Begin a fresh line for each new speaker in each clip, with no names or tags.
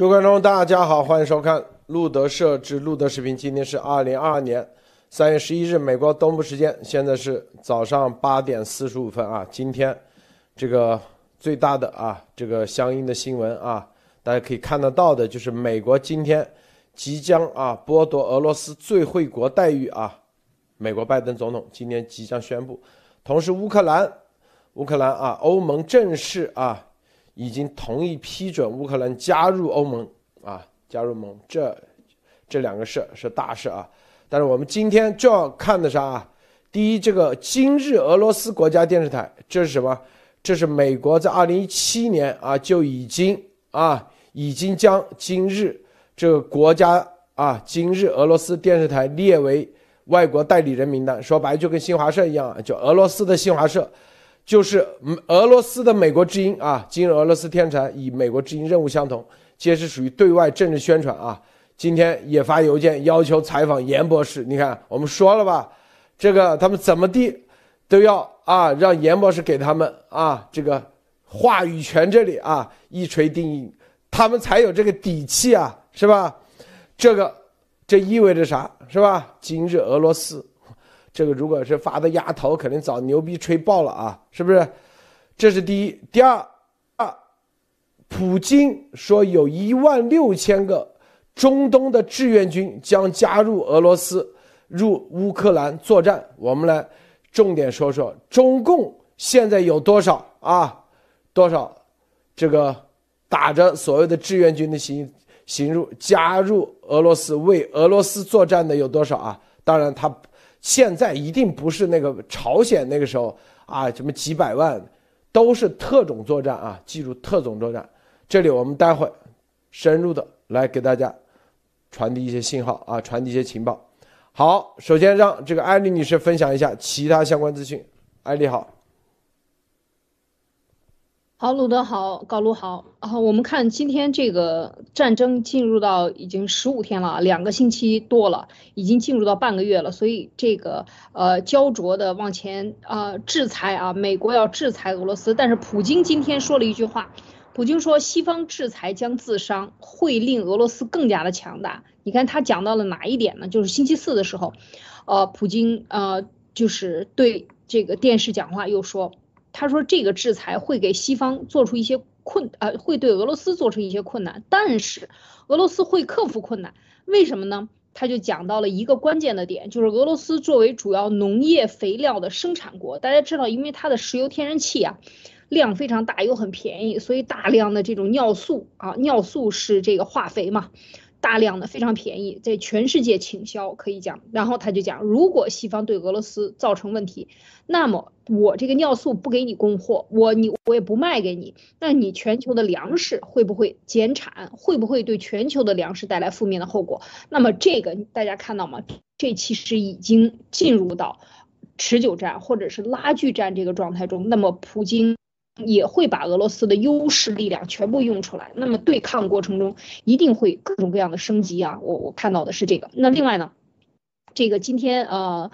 各位观众，大家好，欢迎收看路德社之路德视频。今天是2022年3月11日，美国东部时间，现在是早上8点45分啊。今天这个最大的这个相应的新闻大家可以看得到的就是美国今天即将剥夺俄罗斯最惠国待遇美国拜登总统今天即将宣布。同时乌克兰欧盟正式已经同意批准乌克兰加入欧盟这两个事是大事但是我们今天就要看的是第一，这个今日俄罗斯国家电视台，这是什么？这是美国在2017年就已经将今日这个国家今日俄罗斯电视台列为外国代理人名单。说白就跟新华社一样，就俄罗斯的新华社就是俄罗斯的美国之音今日俄罗斯电视台与美国之音任务相同，皆是属于对外政治宣传今天也发邮件要求采访严博士。你看我们说了吧，这个他们怎么地都要让严博士给他们这个话语权，这里一锤定音，他们才有这个底气是吧？这意味着啥是吧？今日俄罗斯这个如果是发的丫头，肯定早牛逼吹爆了是不是？这是第一。第二普京说有16000个中东的志愿军将加入俄罗斯入乌克兰作战。我们来重点说说中共现在有多少这个打着所谓的志愿军的行入加入俄罗斯为俄罗斯作战的有多少当然他现在一定不是那个朝鲜那个时候什么几百万，都是特种作战记住特种作战。这里我们待会深入的来给大家传递一些信号传递一些情报。好，首先让这个艾丽女士分享一下其他相关资讯。艾丽好。
好，鲁德好，高卢好。我们看今天这个战争进入到已经15天了，2个星期多了，已经进入到半个月了。所以这个焦灼的往前制裁美国要制裁俄罗斯，但是普京今天说了一句话，普京说西方制裁将自伤，会令俄罗斯更加的强大。你看他讲到了哪一点呢？就是星期四的时候，普京就是对这个电视讲话又说。他说这个制裁会给西方做出一些会对俄罗斯做出一些困难，但是俄罗斯会克服困难。为什么呢？他就讲到了一个关键的点，就是俄罗斯作为主要农业肥料的生产国，大家知道，因为它的石油天然气量非常大又很便宜，所以大量的这种尿素尿素是这个化肥嘛。大量的非常便宜，在全世界倾销可以讲。然后他就讲，如果西方对俄罗斯造成问题，那么我这个尿素不给你供货，我也不卖给你，那你全球的粮食会不会减产？会不会对全球的粮食带来负面的后果？那么这个大家看到吗？这其实已经进入到持久战或者是拉锯战这个状态中。那么普京也会把俄罗斯的优势力量全部用出来，那么对抗过程中一定会各种各样的升级我看到的是这个。那另外呢，这个今天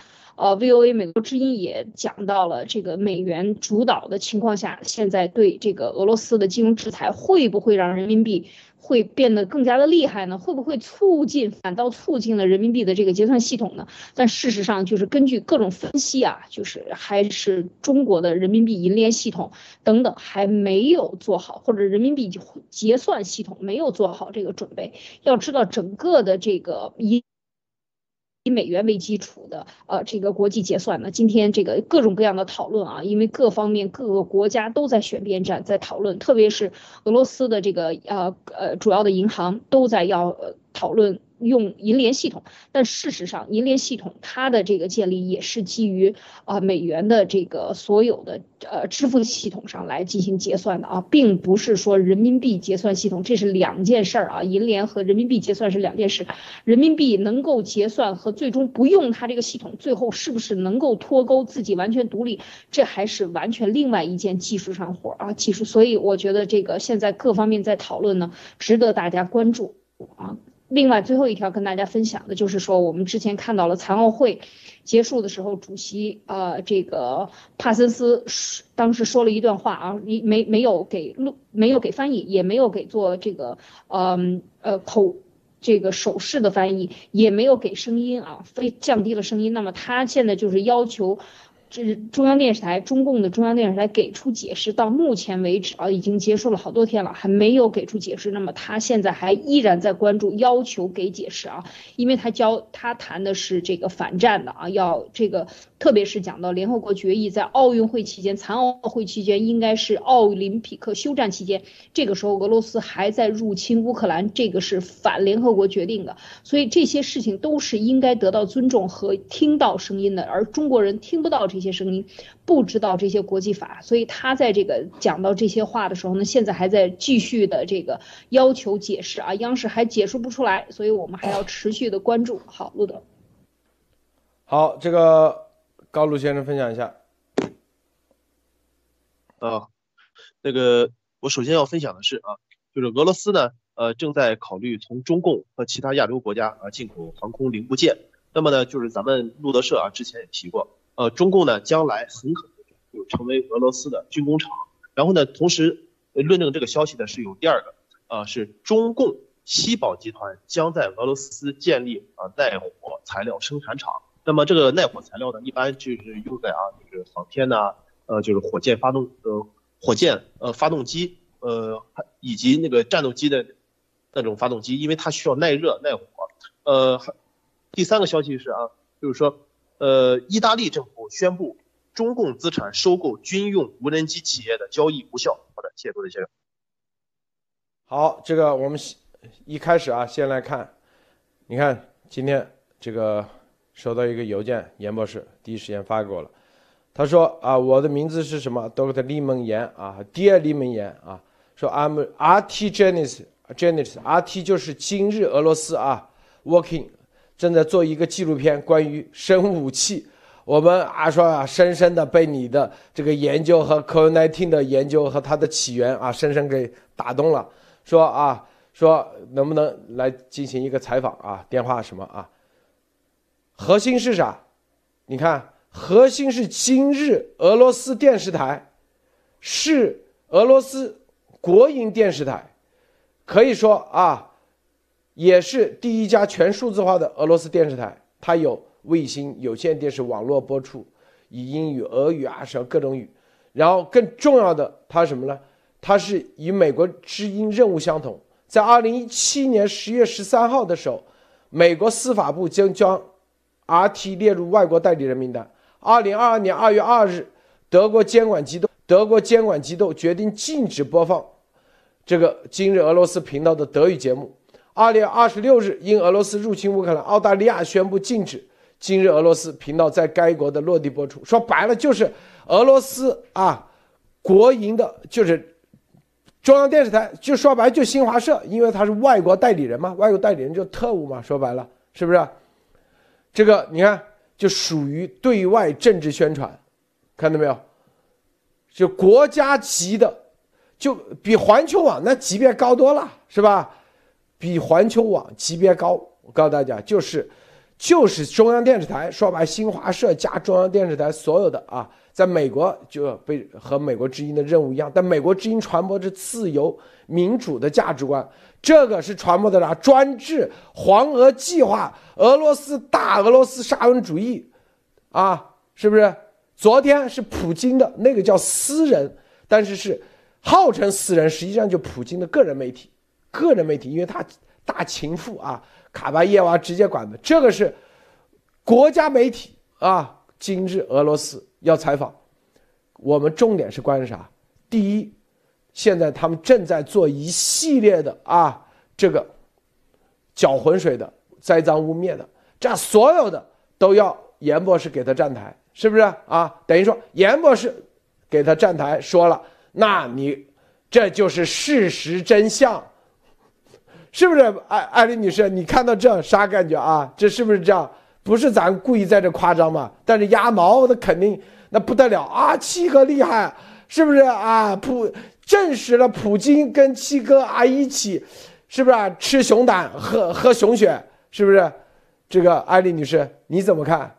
VOA 美国之音也讲到了这个美元主导的情况下，现在对这个俄罗斯的金融制裁会不会让人民币会变得更加的厉害呢？会不会反倒促进了人民币的这个结算系统呢？但事实上就是根据各种分析就是还是中国的人民币银联系统等等还没有做好，或者人民币结算系统没有做好这个准备。要知道整个的这个以美元为基础的这个国际结算呢，今天这个各种各样的讨论因为各方面各个国家都在选边站，在讨论，特别是俄罗斯的这个主要的银行都在要讨论用银联系统，但事实上银联系统它的这个建立也是基于美元的这个所有的支付系统上来进行结算的并不是说人民币结算系统，这是两件事银联和人民币结算是两件事。人民币能够结算和最终不用它这个系统，最后是不是能够脱钩自己完全独立，这还是完全另外一件技术上活技术。所以我觉得这个现在各方面在讨论呢，值得大家关注另外最后一条跟大家分享的就是说，我们之前看到了残奥会结束的时候，主席这个帕森斯当时说了一段话啊，没有给翻译，也没有给做这个这个手势的翻译，也没有给声音啊，降低了声音。那么他现在就是要求。这是中央电视台，中共的中央电视台给出解释，到目前为止已经结束了好多天了，还没有给出解释。那么他现在还依然在关注，要求给解释啊，因为他谈的是这个反战的啊，要这个，特别是讲到联合国决议，在奥运会期间、残奥会期间，应该是奥林匹克休战期间，这个时候俄罗斯还在入侵乌克兰，这个是反联合国决定的，所以这些事情都是应该得到尊重和听到声音的，而中国人听不到这些声音，不知道这些国际法，所以他在这个讲到这些话的时候呢，现在还在继续的这个要求解释啊，央视还解释不出来，所以我们还要持续的关注。好，路德。
好，这个高鲁先生分享一下。
那个我首先要分享的是就是俄罗斯呢，正在考虑从中共和其他亚洲国家进口航空零部件。那么呢，就是咱们路德社之前也提过，中共呢将来很可能就成为俄罗斯的军工厂。然后呢，同时论证这个消息的是有第二个，是中共西宝集团将在俄罗斯建立耐火材料生产厂。那么这个耐火材料呢，一般就是用在就是航天呐，就是火箭发动机，以及那个战斗机的那种发动机，因为它需要耐热耐火。第三个消息是就是说，意大利政府宣布中共资产收购军用无人机企业的交易无效。好的，谢谢各位先生。
好，这个我们一开始先来看，你看今天这个收到一个邮件，严博士第一时间发给我了。他说我的名字是什么 ？Dr. 利蒙言Dear 利蒙言说 I'm RT Janice，RT 就是今日俄罗斯working。正在做一个纪录片，关于生物武器。我们说深深的被你的这个研究和 COVID-19 的研究和它的起源深深给打动了。说能不能来进行一个采访电话什么核心是啥？你看，核心是今日俄罗斯电视台，是俄罗斯国营电视台，可以说也是第一家全数字化的俄罗斯电视台，它有卫星、有线电视、网络播出，以英语、俄语什么各种语。然后更重要的，它什么呢？它是与美国之音任务相同。在2017年10月13号的时候，美国司法部将 RT 列入外国代理人名单。2022年2月2日，德国监管机构决定禁止播放这个今日俄罗斯频道的德语节目。2月26日，因俄罗斯入侵乌克兰，澳大利亚宣布禁止今日俄罗斯频道在该国的落地播出。说白了就是俄罗斯国营的，就是中央电视台，就说白就新华社，因为它是外国代理人嘛，外国代理人就特务嘛，说白了是不是？这个你看就属于对外政治宣传，看到没有？就国家级的，就比环球网那级别高多了，是吧？比环球网级别高。我告诉大家，就是中央电视台，说白新华社加中央电视台所有的在美国就被和美国之音的任务一样，但美国之音传播着自由民主的价值观，这个是传播的啥？专制、黄俄计划、大俄罗斯沙文主义是不是？昨天是普京的那个叫私人，但是号称私人，实际上就普京的个人媒体，因为他大情妇卡巴耶娃直接管的，这个是国家媒体今日俄罗斯要采访，我们重点是关于啥？第一，现在他们正在做一系列的这个搅浑水的、栽赃污蔑的，这样所有的都要严博士给他站台，是不是等于说严博士给他站台说了，那你这就是事实真相，是不是？艾丽女士，你看到这啥感觉这是不是这样？不是咱故意在这夸张嘛？但是鸭毛的肯定那不得了七哥厉害，是不是证实了普京跟七哥一起是不是啊？吃熊胆，喝熊血，是不是？这个艾丽女士，你怎么看？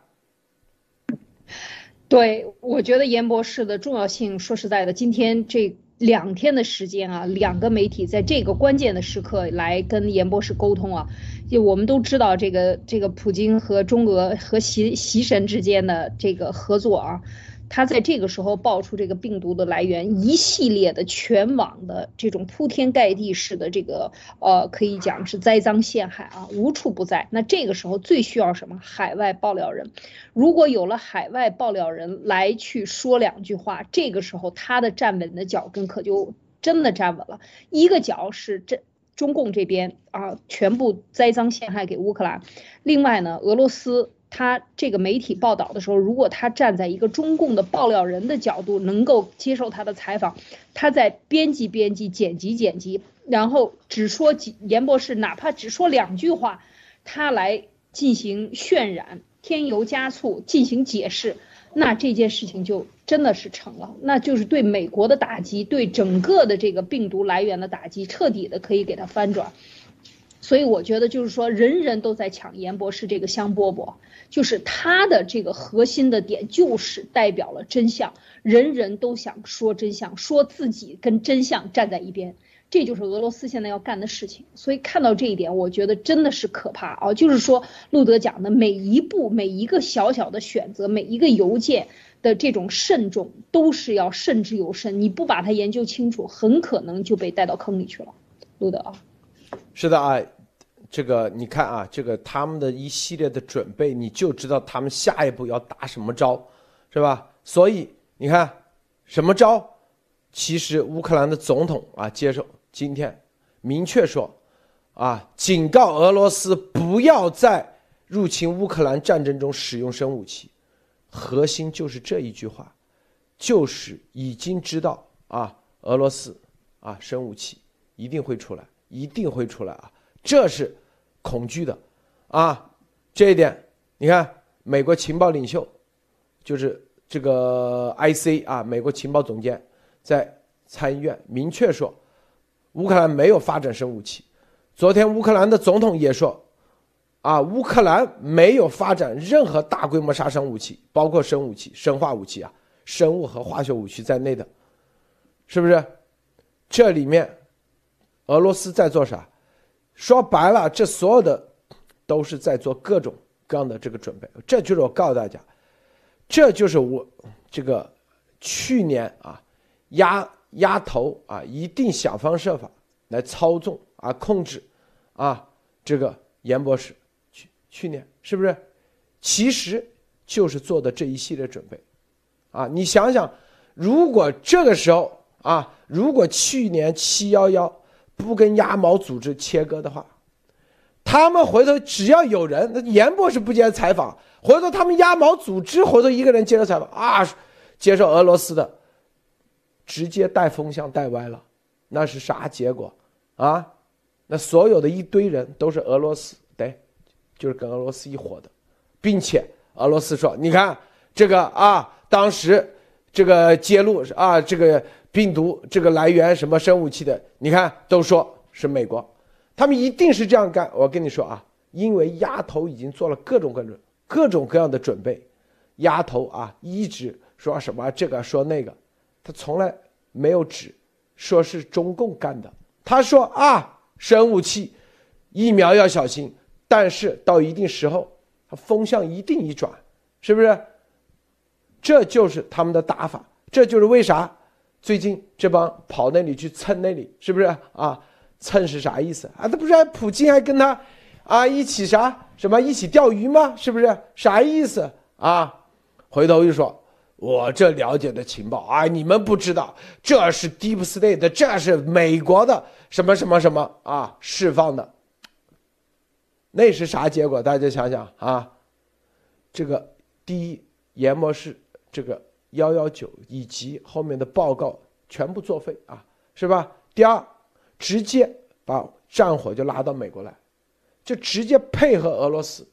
对，我觉得严博士的重要性，说实在的，今天这2天的时间啊，2个媒体在这个关键的时刻来跟严博士沟通啊，就我们都知道这个普京和中俄和习神之间的这个合作啊，他在这个时候爆出这个病毒的来源，一系列的全网的这种铺天盖地式的这个可以讲是栽赃陷害啊，无处不在。那这个时候最需要什么？海外爆料人。如果有了海外爆料人来去说2句话，这个时候他的站稳的脚跟可就真的站稳了。一个脚是中共这边啊，全部栽赃陷害给乌克兰。另外呢，俄罗斯他这个媒体报道的时候，如果他站在一个中共的爆料人的角度，能够接受他的采访，他在编辑、剪辑，然后只说严博士哪怕只说2句话，他来进行渲染。添油加醋进行解释，那这件事情就真的是成了，那就是对美国的打击，对整个的这个病毒来源的打击，彻底的可以给它翻转。所以我觉得就是说，人人都在抢严博士这个香饽饽，就是他的这个核心的点，就是代表了真相，人人都想说真相，说自己跟真相站在一边。这就是俄罗斯现在要干的事情，所以看到这一点，我觉得真的是可怕啊！就是说，路德讲的每一步、每一个小小的选择、每一个邮件的这种慎重，都是要慎之又慎。你不把它研究清楚，很可能就被带到坑里去了。路德啊，
是的啊，这个你看啊，这个他们的一系列的准备，你就知道他们下一步要打什么招，是吧？所以你看什么招？其实乌克兰的总统啊，接受今天明确说，啊，警告俄罗斯不要在入侵乌克兰战争中使用生武器。核心就是这一句话，就是已经知道啊，俄罗斯啊，生武器一定会出来，一定会出来啊，这是恐惧的啊。这一点，你看美国情报领袖，就是这个 IC 啊，美国情报总监。在参议院明确说，乌克兰没有发展生武器。昨天乌克兰的总统也说，啊，乌克兰没有发展任何大规模杀伤武器，包括生武器、生化武器啊，生物和化学武器在内的，是不是？这里面俄罗斯在做啥？说白了，这所有的都是在做各种各样的这个准备。这就是我告诉大家，这就是我这个去年啊。压头啊，一定想方设法来操纵啊，控制啊，这个严博士去年是不是？其实就是做的这一系列准备啊。你想想，如果这个时候啊，如果去年711不跟鸭毛组织切割的话，他们回头只要有人，那严博士不接受采访，回头他们鸭毛组织回头一个人接受采访啊，接受俄罗斯的。直接带风向带歪了，那是啥结果啊？那所有的一堆人都是俄罗斯，对，就是跟俄罗斯一伙的，并且俄罗斯说，你看这个啊，当时这个揭露啊，这个病毒这个来源什么生武器的，你看都说是美国，他们一定是这样干。我跟你说啊，因为丫头已经做了各种各样的准备，丫头啊一直说什么这个说那个。他从来没有指说是中共干的，他说啊，生武器、疫苗要小心，但是到一定时候，他风向一定一转，是不是？这就是他们的打法，这就是为啥最近这帮跑那里去蹭那里，是不是啊？蹭是啥意思啊？他不是还普京还跟他啊一起啥什么一起钓鱼吗？是不是？啥意思啊？回头又说。我这了解的情报啊，你们不知道，这是 Deep State， 这是美国的什么什么什么啊释放的，那是啥结果？大家想想啊，这个第一，严博士这个119以及后面的报告全部作废啊，是吧？第二，直接把战火就拉到美国来，就直接配合俄罗斯，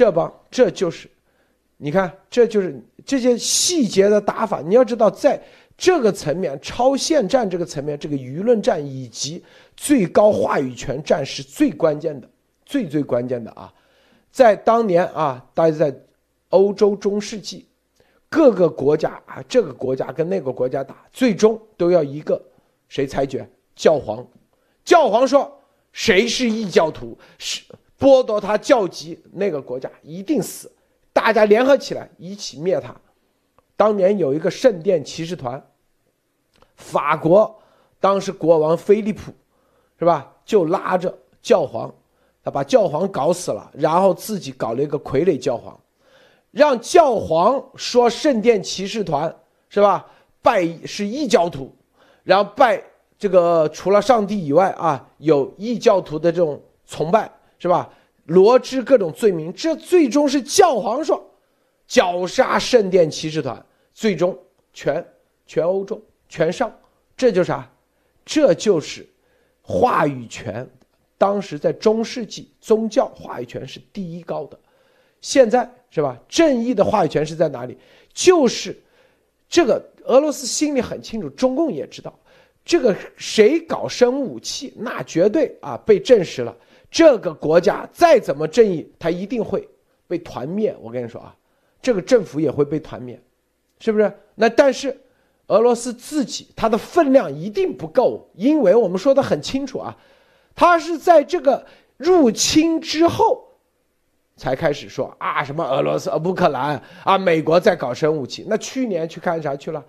这就是。你看，这就是这些细节的打法。你要知道，在这个层面，超限战这个层面，这个舆论战以及最高话语权战是最关键的，最关键的啊！在当年啊，大家在欧洲中世纪，各个国家啊，这个国家跟那个国家打，最终都要一个谁裁决？教皇。教皇说谁是异教徒，是剥夺他教籍，那个国家一定死，大家联合起来一起灭他。当年有一个圣殿骑士团，法国当时国王菲利普是吧，就拉着教皇，他把教皇搞死了，然后自己搞了一个傀儡教皇，让教皇说圣殿骑士团是吧，拜是异教徒，然后拜这个除了上帝以外啊，有异教徒的这种崇拜是吧，罗织各种罪名，这最终是教皇说绞杀圣殿骑士团，最终全欧洲全上，这就是啥？这就是话语权。当时在中世纪，宗教话语权是第一高的。现在是吧？正义的话语权是在哪里？就是这个俄罗斯心里很清楚，中共也知道，这个谁搞生物武器，那绝对啊被证实了。这个国家再怎么正义，它一定会被团灭。我跟你说啊，这个政府也会被团灭，是不是？那但是俄罗斯自己它的分量一定不够，因为我们说的很清楚啊，它是在这个入侵之后才开始说啊什么俄罗斯乌克兰啊，美国在搞生武器。那去年去看啥去了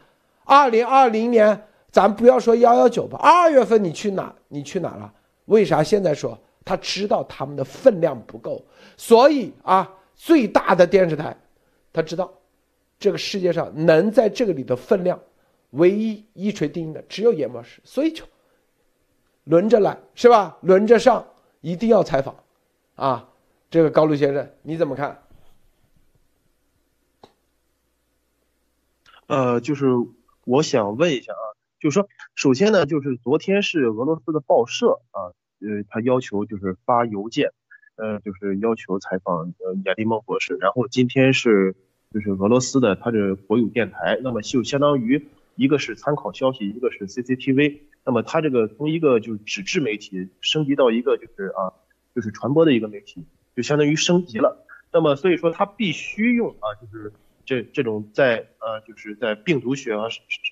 ？2020年咱不要说119吧，2月份你去哪了？为啥现在说？他知道他们的分量不够，所以啊，最大的电视台他知道这个世界上能在这个里的分量唯一一锤定音的只有演播室，所以就轮着来是吧？轮着上，一定要采访啊！这个高路先生你怎么看？
就是我想问一下啊，就是说，首先呢，就是昨天是俄罗斯的报社啊，他要求就是发邮件，就是要求采访亚历梦博士，然后今天是就是俄罗斯的他的国有电台，那么就相当于一个是参考消息，一个是 CCTV， 那么他这个从一个就是纸质媒体升级到一个就是传播的一个媒体，就相当于升级了。那么所以说他必须用啊，就是这种在就是在病毒学啊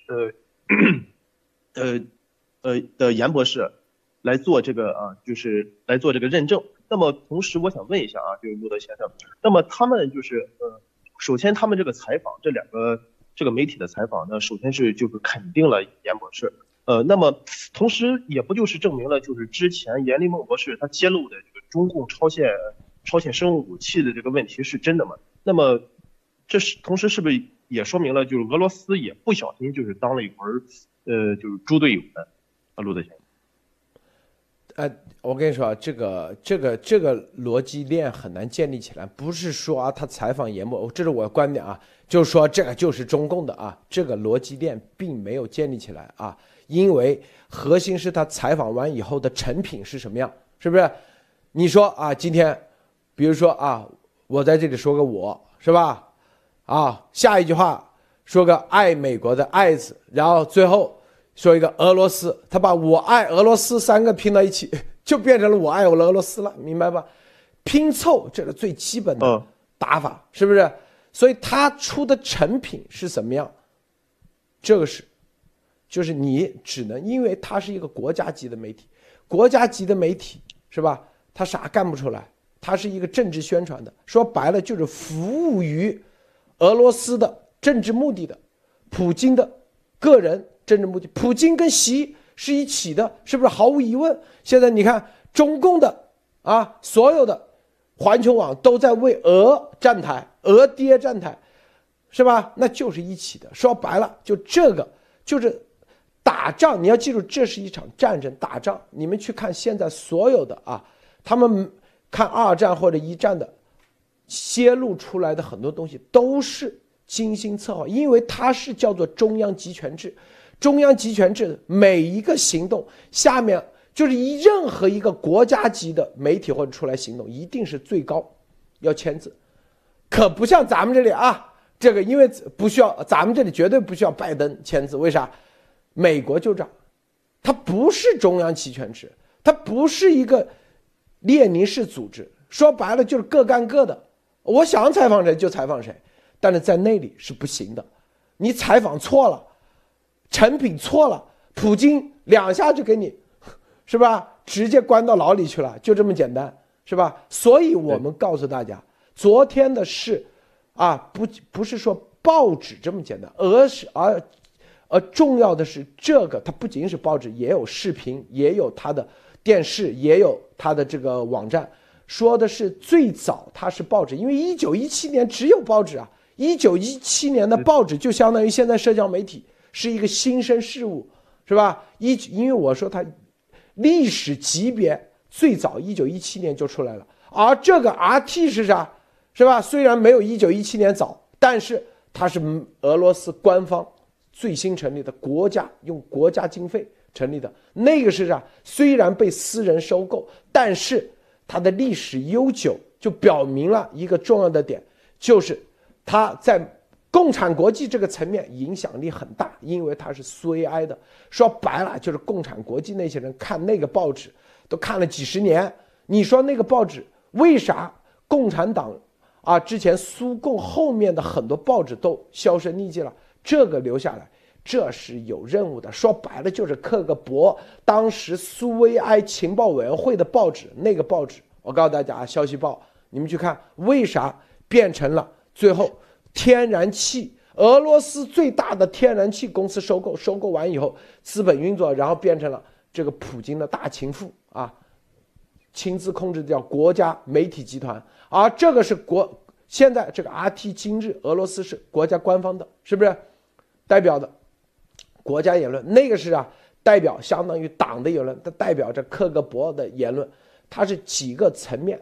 的严博士来做这个就是来做这个认证。那么同时我想问一下啊，就是路德先生，那么他们就是首先他们这个采访这两个这个媒体的采访呢，首先是就是肯定了严博士，那么同时也不就是证明了就是之前严立梦博士他揭露的这个中共超限生物武器的这个问题是真的吗？那么这是同时是不是也说明了就是俄罗斯也不小心就是当了一回就是猪队友呢？路德先生。
我跟你说啊，这个逻辑链很难建立起来，不是说啊他采访严博，这是我的观点啊，就是说这个就是中共的啊，这个逻辑链并没有建立起来啊，因为核心是他采访完以后的成品是什么样，是不是？你说啊，今天比如说啊，我在这里说个我是吧？啊，下一句话说个爱美国的爱字，然后最后说一个俄罗斯，他把我爱俄罗斯三个拼到一起，就变成了我爱俄罗斯了，明白吧？拼凑这个最基本的打法，是不是？所以他出的成品是怎么样？这个就是你只能，因为它是一个国家级的媒体，国家级的媒体是吧？他啥干不出来？它是一个政治宣传的，说白了就是服务于俄罗斯的政治目的的，普京的个人政治目的，普京跟习是一起的，是不是？毫无疑问。现在你看中共的啊，所有的环球网都在为俄站台，俄爹站台，是吧？那就是一起的。说白了，就这个就是打仗，你要记住，这是一场战争，打仗。你们去看现在所有的啊，他们看二战或者一战的泄露出来的很多东西都是精心策划，因为它是叫做中央集权制。中央集权制每一个行动下面就是任何一个国家级的媒体或者出来行动，一定是最高要签字，可不像咱们这里啊， 这个因为不需要，咱们这里绝对不需要拜登签字，为啥？美国就这样，它不是中央集权制，它不是一个列宁式组织，说白了就是各干各的，我想采访谁就采访谁，但是在那里是不行的，你采访错了，成品错了，普京2下就给你，是吧？直接关到牢里去了，就这么简单，是吧？所以我们告诉大家，昨天的事啊，不是说报纸这么简单，而重要的是这个，它不仅是报纸，也有视频，也有它的电视，也有它的这个网站。说的是最早它是报纸，因为1917年只有报纸啊，1917年的报纸就相当于现在社交媒体是一个新生事物，是吧？因为我说它历史级别最早1917年就出来了，而这个 RT 是啥？是吧？虽然没有1917年早，但是它是俄罗斯官方最新成立的国家，用国家经费成立的那个是啥？虽然被私人收购，但是它的历史悠久，就表明了一个重要的点，就是它在共产国际这个层面影响力很大，因为它是苏维埃的。说白了，就是共产国际那些人看那个报纸都看了几十年。你说那个报纸为啥共产党啊之前苏共后面的很多报纸都销声匿迹了？这个留下来，这是有任务的。说白了就是克格勃当时苏维埃情报委员会的报纸，那个报纸我告诉大家啊，消息报，你们去看为啥变成了最后天然气，俄罗斯最大的天然气公司收购完以后资本运作，然后变成了这个普京的大情妇啊，亲自控制掉国家媒体集团。而这个是现在这个 RT 今日俄罗斯是国家官方的，是不是代表的国家言论？那个是代表相当于党的言论，它代表着克格勃的言论。它是几个层面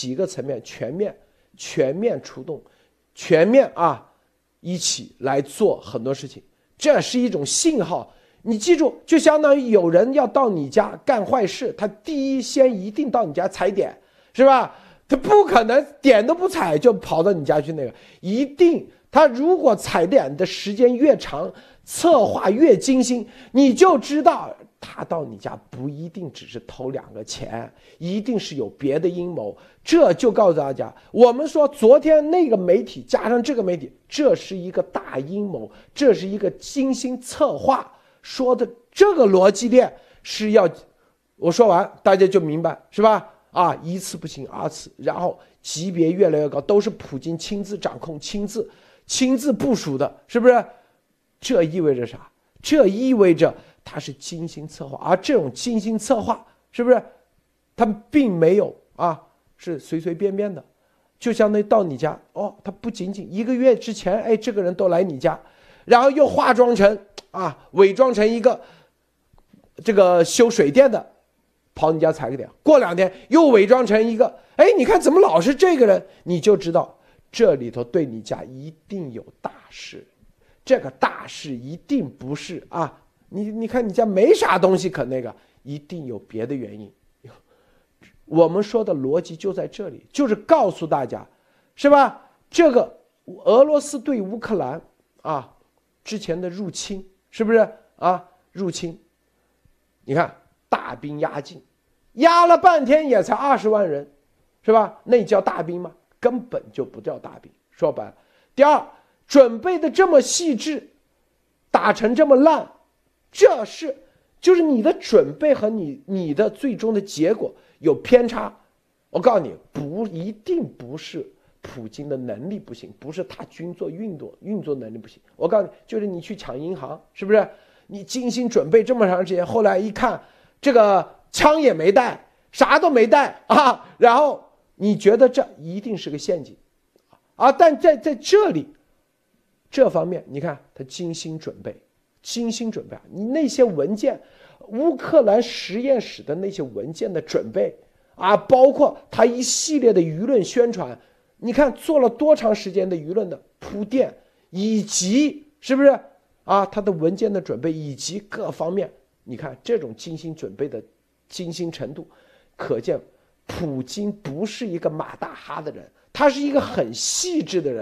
全面出动，全面一起来做很多事情，这是一种信号。你记住，就相当于有人要到你家干坏事，他第一先一定到你家踩点，是吧？他不可能点都不踩就跑到你家去，那个一定他如果踩点的时间越长，策划越精心，你就知道他到你家不一定只是偷2个钱，一定是有别的阴谋。这就告诉大家，我们说昨天那个媒体加上这个媒体，这是一个大阴谋，这是一个精心策划。说的这个逻辑链是要，我说完大家就明白，是吧？一次不行，2次，然后级别越来越高，都是普京亲自掌控、亲自部署的，是不是？这意味着啥？这意味着他是精心策划，而这种精心策划，是不是？他并没有是随随便便的，就相当于到你家他不仅仅1个月之前，这个人都来你家，然后又化妆成伪装成一个这个修水电的。跑你家踩个点，过2天又伪装成一个，你看怎么老是这个人，你就知道这里头对你家一定有大事，这个大事一定不是你看你家没啥东西可那个，一定有别的原因。我们说的逻辑就在这里，就是告诉大家，是吧？这个俄罗斯对乌克兰之前的入侵，是不是入侵？你看大兵压境，压了半天也才20万人，是吧？那叫大兵吗？根本就不叫大兵。说白了，第二，准备的这么细致，打成这么烂，就是你的准备和你的最终的结果有偏差。我告诉你，一定不是普京的能力不行，不是他军作运作能力不行。我告诉你，就是你去抢银行，是不是？你精心准备这么长时间，后来一看，这个枪也没带，啥都没带然后你觉得这一定是个陷阱但在这里这方面，你看他精心准备你那些文件，乌克兰实验室的那些文件的准备包括他一系列的舆论宣传，你看做了多长时间的舆论的铺垫，以及是不是他的文件的准备以及各方面，你看这种精心准备的精心程度，可见普京不是一个马大哈的人，他是一个很细致的人。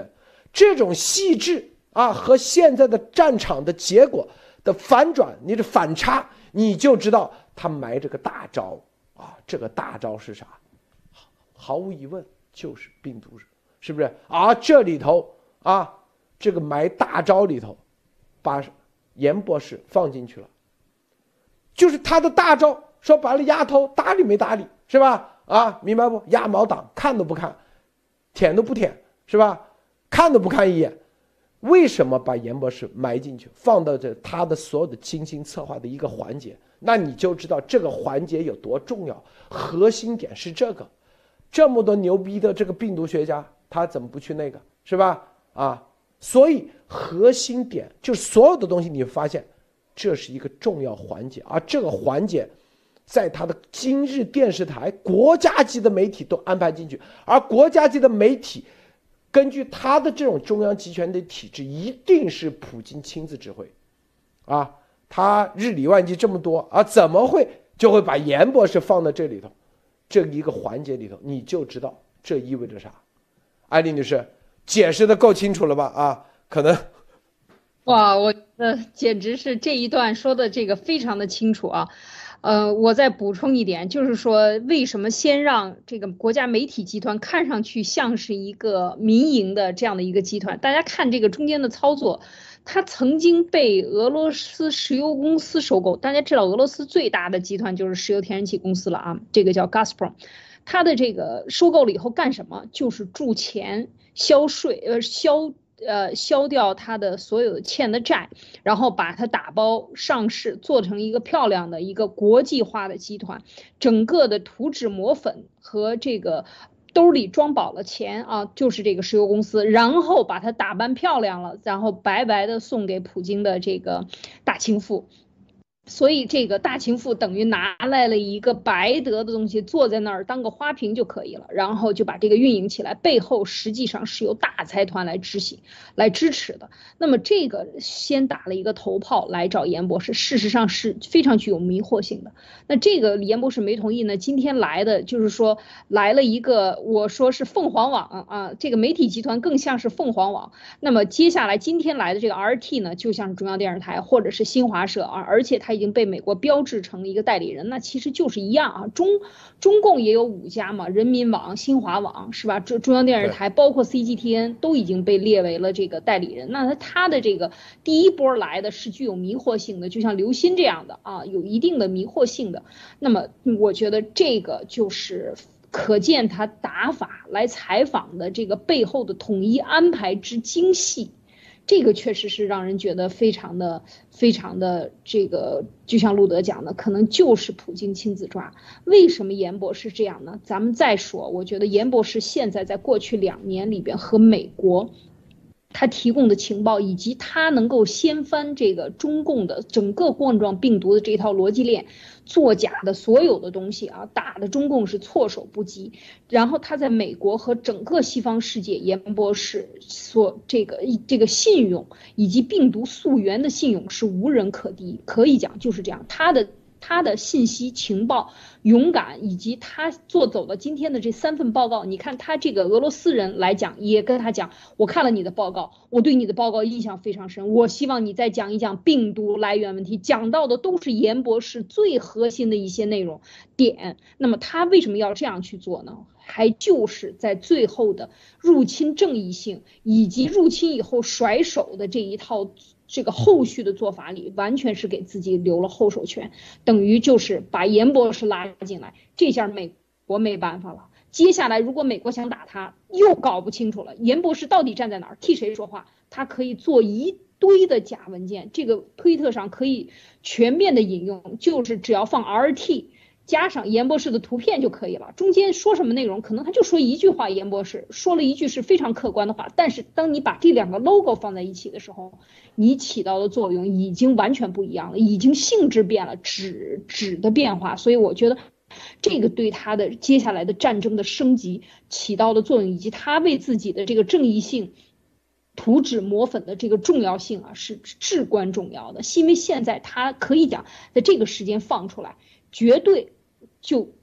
这种细致啊和现在的战场的结果的反转，你的反差，你就知道他埋这个大招啊。这个大招是啥？毫无疑问就是病毒，是不是啊？这里头啊，这个埋大招里头，把严博士放进去了，就是他的大招，说把那丫头搭理没搭理，是吧？啊，明白不？鸭毛党看都不看，舔都不舔，是吧？看都不看一眼。为什么把严博士埋进去，放到这他的所有的精心策划的一个环节？那你就知道这个环节有多重要，核心点是这个。这么多牛逼的这个病毒学家，他怎么不去那个，是吧？啊，所以核心点就是所有的东西，你发现这是一个重要环节，而这个环节在他的今日电视台国家级的媒体都安排进去，而国家级的媒体根据他的这种中央集权的体制，一定是普京亲自指挥啊。他日理万机这么多啊，怎么会就会把严博士放在这里头，这一个环节里头，你就知道这意味着啥。艾丽女士解释的够清楚了吧？啊，可能
哇，我简直是这一段说的这个非常的清楚啊。我再补充一点，就是说为什么先让这个国家媒体集团看上去像是一个民营的这样的一个集团？大家看这个中间的操作，它曾经被俄罗斯石油公司收购。大家知道俄罗斯最大的集团就是石油天然气公司了啊，这个叫 Gazprom。它的这个收购了以后干什么？就是铸钱、消税，消掉他的所有欠的债，然后把它打包上市，做成一个漂亮的一个国际化的集团，整个的涂脂抹粉和这个兜里装饱了钱啊，就是这个石油公司，然后把它打扮漂亮了，然后白白的送给普京的这个大情妇。所以这个大情妇等于拿来了一个白得的东西，坐在那儿当个花瓶就可以了，然后就把这个运营起来，背后实际上是由大财团来支持的。那么这个先打了一个头炮来找严博士，事实上是非常具有迷惑性的。那这个严博士没同意呢，今天来的就是说来了一个，我说是凤凰网啊，这个媒体集团更像是凤凰网。那么接下来今天来的这个 RT 呢，就像是中央电视台或者是新华社啊，而且它已经被美国标志成一个代理人，那其实就是一样啊。中共也有5家嘛，人民网、新华网是吧？中央电视台包括 CGTN 都已经被列为了这个代理人。那他的这个第一波来的是具有迷惑性的，就像刘鑫这样的啊，有一定的迷惑性的。那么我觉得这个就是可见他打法来采访的这个背后的统一安排之精细。这个确实是让人觉得非常的这个，就像路德讲的，可能就是普京亲自抓。为什么严博士这样呢？咱们再说，我觉得严博士现在在过去2年里边和美国他提供的情报，以及他能够掀翻这个中共的整个冠状病毒的这套逻辑链，作假的所有的东西啊，打的中共是措手不及。然后他在美国和整个西方世界，严博士所这个信用以及病毒溯源的信用是无人可敌，可以讲就是这样。他的信息情报勇敢，以及他做走的今天的这3份报告，你看他这个俄罗斯人来讲，也跟他讲，我看了你的报告，我对你的报告印象非常深，我希望你再讲一讲病毒来源问题，讲到的都是严博士最核心的一些内容点。那么他为什么要这样去做呢？还就是在最后的入侵正义性以及入侵以后甩手的这一套这个后续的做法里，完全是给自己留了后手权，等于就是把严博士拉进来，这下美国没办法了。接下来如果美国想打他，又搞不清楚了，严博士到底站在哪儿，替谁说话？他可以做一堆的假文件，这个推特上可以全面的引用，就是只要放 RT。加上严博士的图片就可以了，中间说什么内容，可能他就说一句话，严博士说了一句是非常客观的话，但是当你把这2个 logo 放在一起的时候，你起到的作用已经完全不一样了，已经性质变了，质的变化。所以我觉得这个对他的接下来的战争的升级起到的作用，以及他为自己的这个正义性涂脂抹粉的这个重要性啊，是至关重要的。因为现在他可以讲在这个时间放出来，绝对就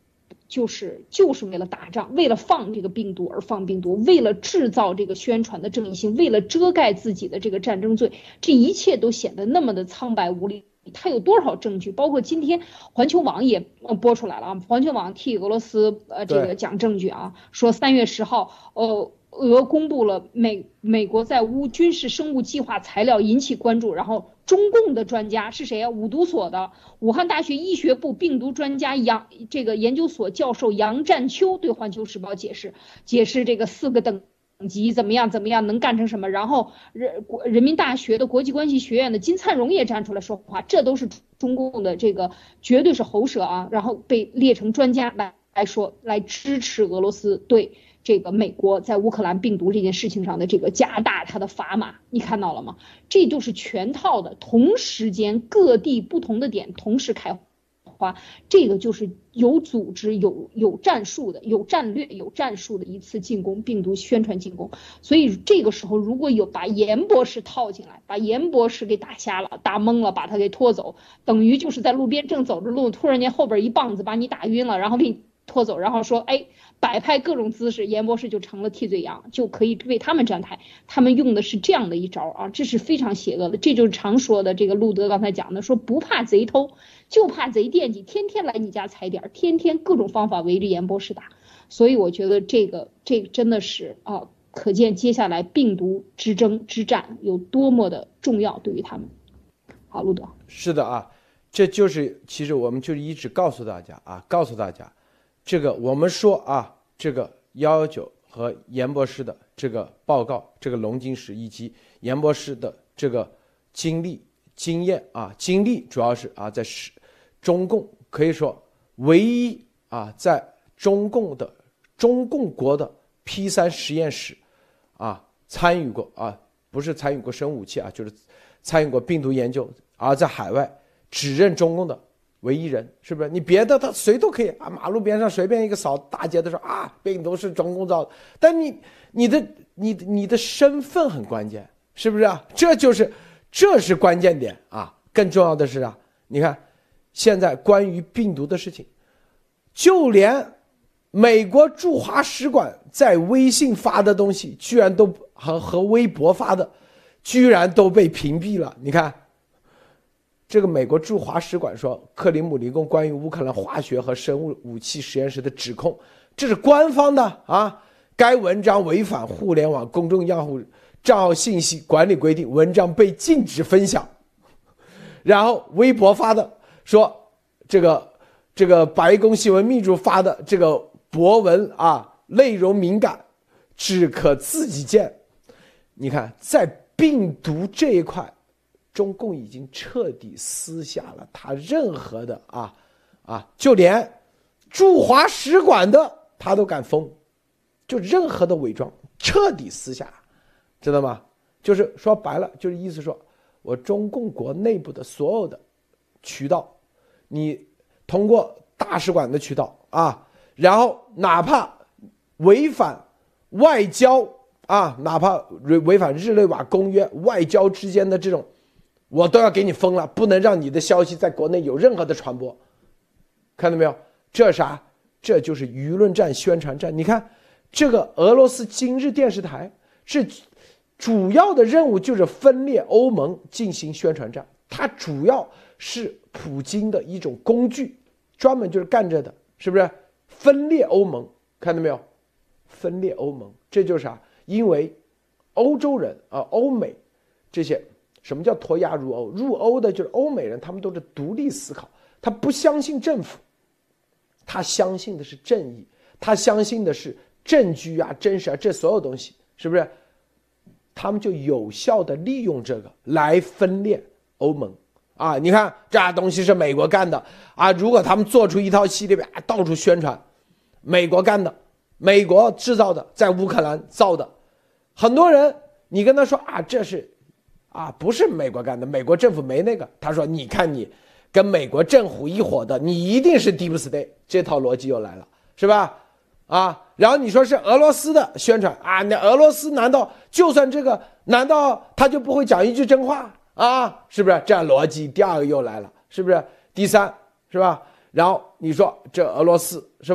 就是为了打仗，为了放这个病毒而放病毒，为了制造这个宣传的正义性，为了遮盖自己的这个战争罪，这一切都显得那么的苍白无力。他有多少证据？包括今天环球网也播出来了啊，环球网替俄罗斯这个讲证据啊，说3月10号俄公布了美国在乌军事生物计划材料引起关注，然后中共的专家是谁啊？五毒所的武汉大学医学部病毒专家这个研究所教授杨占秋对环球时报解释这个4个等级怎么样能干成什么，然后人民大学的国际关系学院的金灿荣也站出来说话，这都是中共的这个绝对是喉舌啊，然后被列成专家来说来支持俄罗斯对这个美国在乌克兰病毒这件事情上的这个加大它的砝码，你看到了吗？这就是全套的，同时间各地不同的点同时开花，这个就是有组织、有战术的、有战略、有战术的一次进攻，病毒宣传进攻。所以这个时候如果有把严博士套进来，把严博士给打瞎了、打懵了，把他给拖走，等于就是在路边正走着路，突然间后边一棒子把你打晕了，然后给你拖走，然后说摆拍各种姿势，严博士就成了替罪羊，就可以为他们站台。他们用的是这样的一招啊，这是非常邪恶的。这就是常说的这个路德刚才讲的，说不怕贼偷，就怕贼惦记，天天来你家踩点，天天各种方法围着严博士打。所以我觉得这个真的是可见接下来病毒之争之战有多么的重要对于他们。好，路德。
是的啊，这就是其实我们就一直告诉大家，这个我们说这个119和严博士的这个报告，这个龙井石以及严博士的这个经历主要是在中共可以说唯一在中共国的 P3 实验室参与过不是参与过生物武器就是参与过病毒研究，而在海外指认中共的唯一人，是不是？你别的他谁都可以马路边上随便一个扫大街的说病毒是中共造的，但你的身份很关键，是不是这是关键点更重要的是你看现在关于病毒的事情，就连美国驻华使馆在微信发的东西居然都和微博发的居然都被屏蔽了。你看这个美国驻华使馆说克里姆林宫关于乌克兰化学和生物武器实验室的指控，这是官方的该文章违反互联网公众账号信息管理规定，文章被禁止分享。然后微博发的说这个白宫新闻秘书发的这个博文内容敏感，只可自己见。你看在病毒这一块，中共已经彻底撕下了他任何的就连驻华使馆的他都敢封，就任何的伪装彻底撕下，知道吗？就是说白了，就是意思说我中共国内部的所有的渠道，你通过大使馆的渠道然后哪怕违反外交哪怕违反日内瓦公约外交之间的这种，我都要给你封了，不能让你的消息在国内有任何的传播。看到没有？这啥？这就是舆论战、宣传战。你看这个俄罗斯今日电视台是主要的任务就是分裂欧盟进行宣传战，它主要是普京的一种工具，专门就是干这的，是不是？分裂欧盟，看到没有？分裂欧盟，这就是啥？因为欧洲人欧美这些，什么叫脱亚入欧？入欧的就是欧美人，他们都是独立思考，他不相信政府，他相信的是正义，他相信的是证据真实这所有东西，是不是？他们就有效的利用这个来分裂欧盟你看这东西是美国干的如果他们做出一套系列到处宣传美国干的，美国制造的，在乌克兰造的，很多人你跟他说这是不是美国干的，美国政府没那个，他说你看你跟美国政府一伙的，你一定是 Deep State， 这套逻辑又来了，是吧？然后你说是俄罗斯的宣传那俄罗斯难道就算这个，难道他就不会讲一句真话是不是？这样逻辑第二个又来了，是不是？第三，是吧？然后你说这俄罗斯是吧？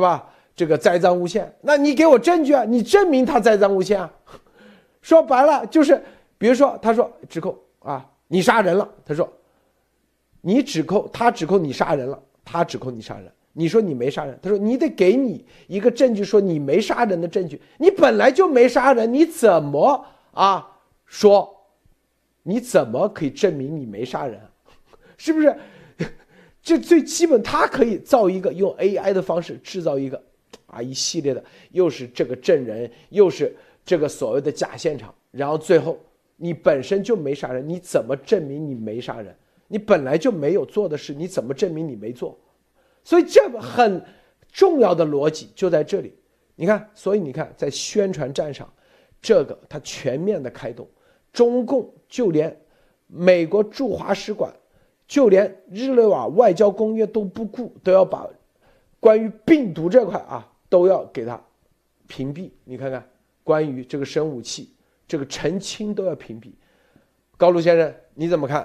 这个栽赃诬陷，那你给我证据啊，你证明他栽赃诬陷啊。说白了就是，比如说他说指控啊你杀人了，他说他指控你杀人了，他指控你杀人，你说你没杀人，他说你得给你一个证据说你没杀人的证据，你本来就没杀人，你怎么说你怎么可以证明你没杀人啊？是不是？这最基本，他可以造一个用 AI 的方式制造一个一系列的，又是这个证人，又是这个所谓的假现场，然后最后你本身就没杀人，你怎么证明你没杀人？你本来就没有做的事，你怎么证明你没做？所以这很重要的逻辑就在这里。你看，所以你看，在宣传战上，这个它全面的开动，中共就连美国驻华使馆，就连日内瓦外交公约都不顾，都要把关于病毒这块都要给它屏蔽。你看看，关于这个生武器，这个澄清都要屏蔽。高卢先生，你怎么看？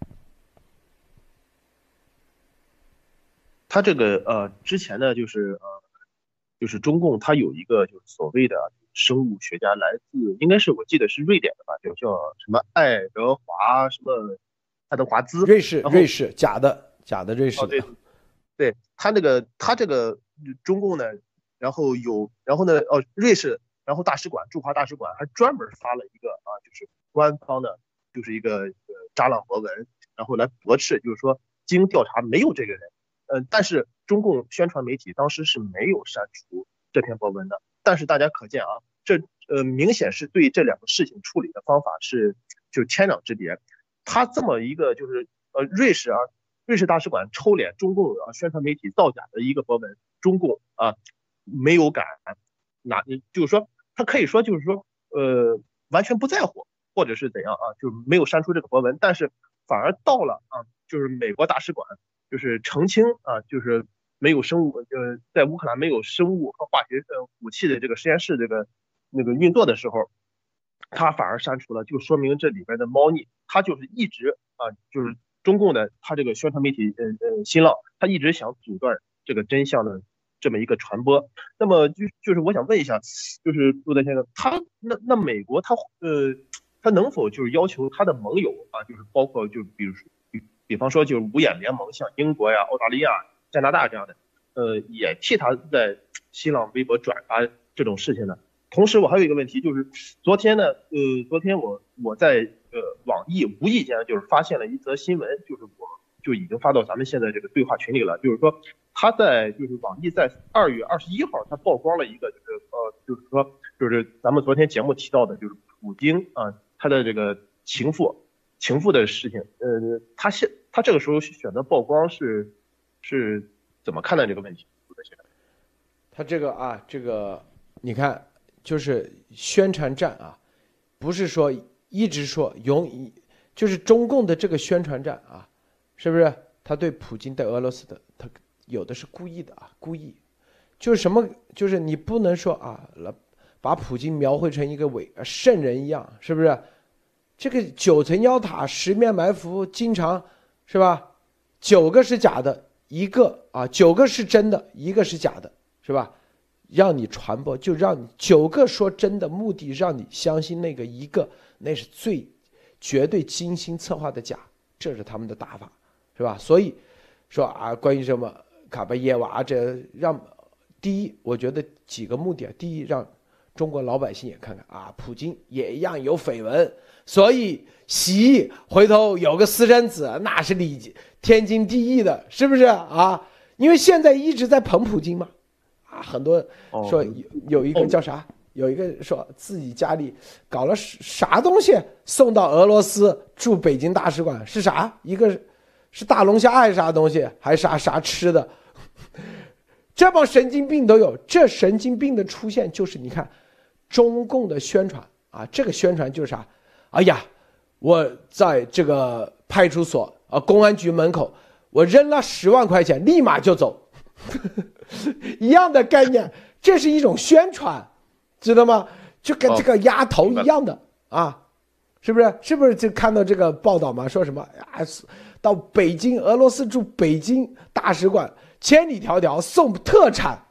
他这个之前呢，就是中共他有一个就是所谓的生物学家，来自应该是我记得是瑞典的吧，叫什么爱德华什么爱德华兹，
瑞士假的瑞士的。
对他这个中共呢，然后呢瑞士，然后驻华大使馆还专门发了一个就是官方的，就是一个渣朗博文，然后来驳斥，就是说经调查没有这个人。但是中共宣传媒体当时是没有删除这篇博文的，但是大家可见这明显是对这两个事情处理的方法是就天壤之别。他这么一个就是瑞士大使馆抽脸中共宣传媒体造假的一个博文，中共没有敢就是说他可以说就是说完全不在乎或者是怎样就是没有删除这个博文，但是反而到了就是美国大使馆。就是澄清就是没有生物，在乌克兰没有生物和化学武器的这个实验室那个运作的时候，他反而删除了，就说明这里边的猫腻。他就是一直就是中共的他这个宣传媒体新浪，他一直想阻断这个真相的这么一个传播。那么就是我想问一下，就是陆德先生，他那美国他能否就是要求他的盟友就是包括就比方说就是五眼联盟，像英国呀、澳大利亚、加拿大这样的，也替他在新浪微博转发这种事情呢。同时，我还有一个问题，就是昨天我在网易无意间就是发现了一则新闻，就是我就已经发到咱们现在这个对话群里了，就是说他就是网易在2月21号他曝光了一个就是咱们昨天节目提到的，就是普京他的这个情妇的事情，他这个时候选择曝光是怎么看待这个问题？
他这个你看，就是宣传战不是说一直说就是中共的这个宣传战是不是？他对普京对俄罗斯的，他有的是故意的故意，就是什么？就是你不能说把普京描绘成一个圣人一样，是不是？这个9层妖塔10面埋伏，经常是吧？9个是假的，一个9个是真的，一个是假的，是吧？让你传播，就让你9个说真的，目的让你相信那个一个，那是最绝对精心策划的假，这是他们的打法，是吧？所以说关于什么卡巴耶娃这让第一，我觉得几个目的第一，让中国老百姓也看看普京也一样有绯闻，所以习回头有个私生子，那是天经地义的，是不是因为现在一直在捧普京嘛，很多说有一个叫啥，有一个说自己家里搞了啥东西送到俄罗斯驻北京大使馆，是啥？一个是大龙虾还是啥东西，还是啥吃的？这帮神经病都有，这神经病的出现就是你看中共的宣传这个宣传就是啥？哎呀，我在这个派出所公安局门口，我扔了10万块钱，立马就走，一样的概念，这是一种宣传，知道吗？就跟这个鸭头一样的是不是？是不是就看到这个报道嘛？说什么到北京俄罗斯驻北京大使馆千里迢迢送特产，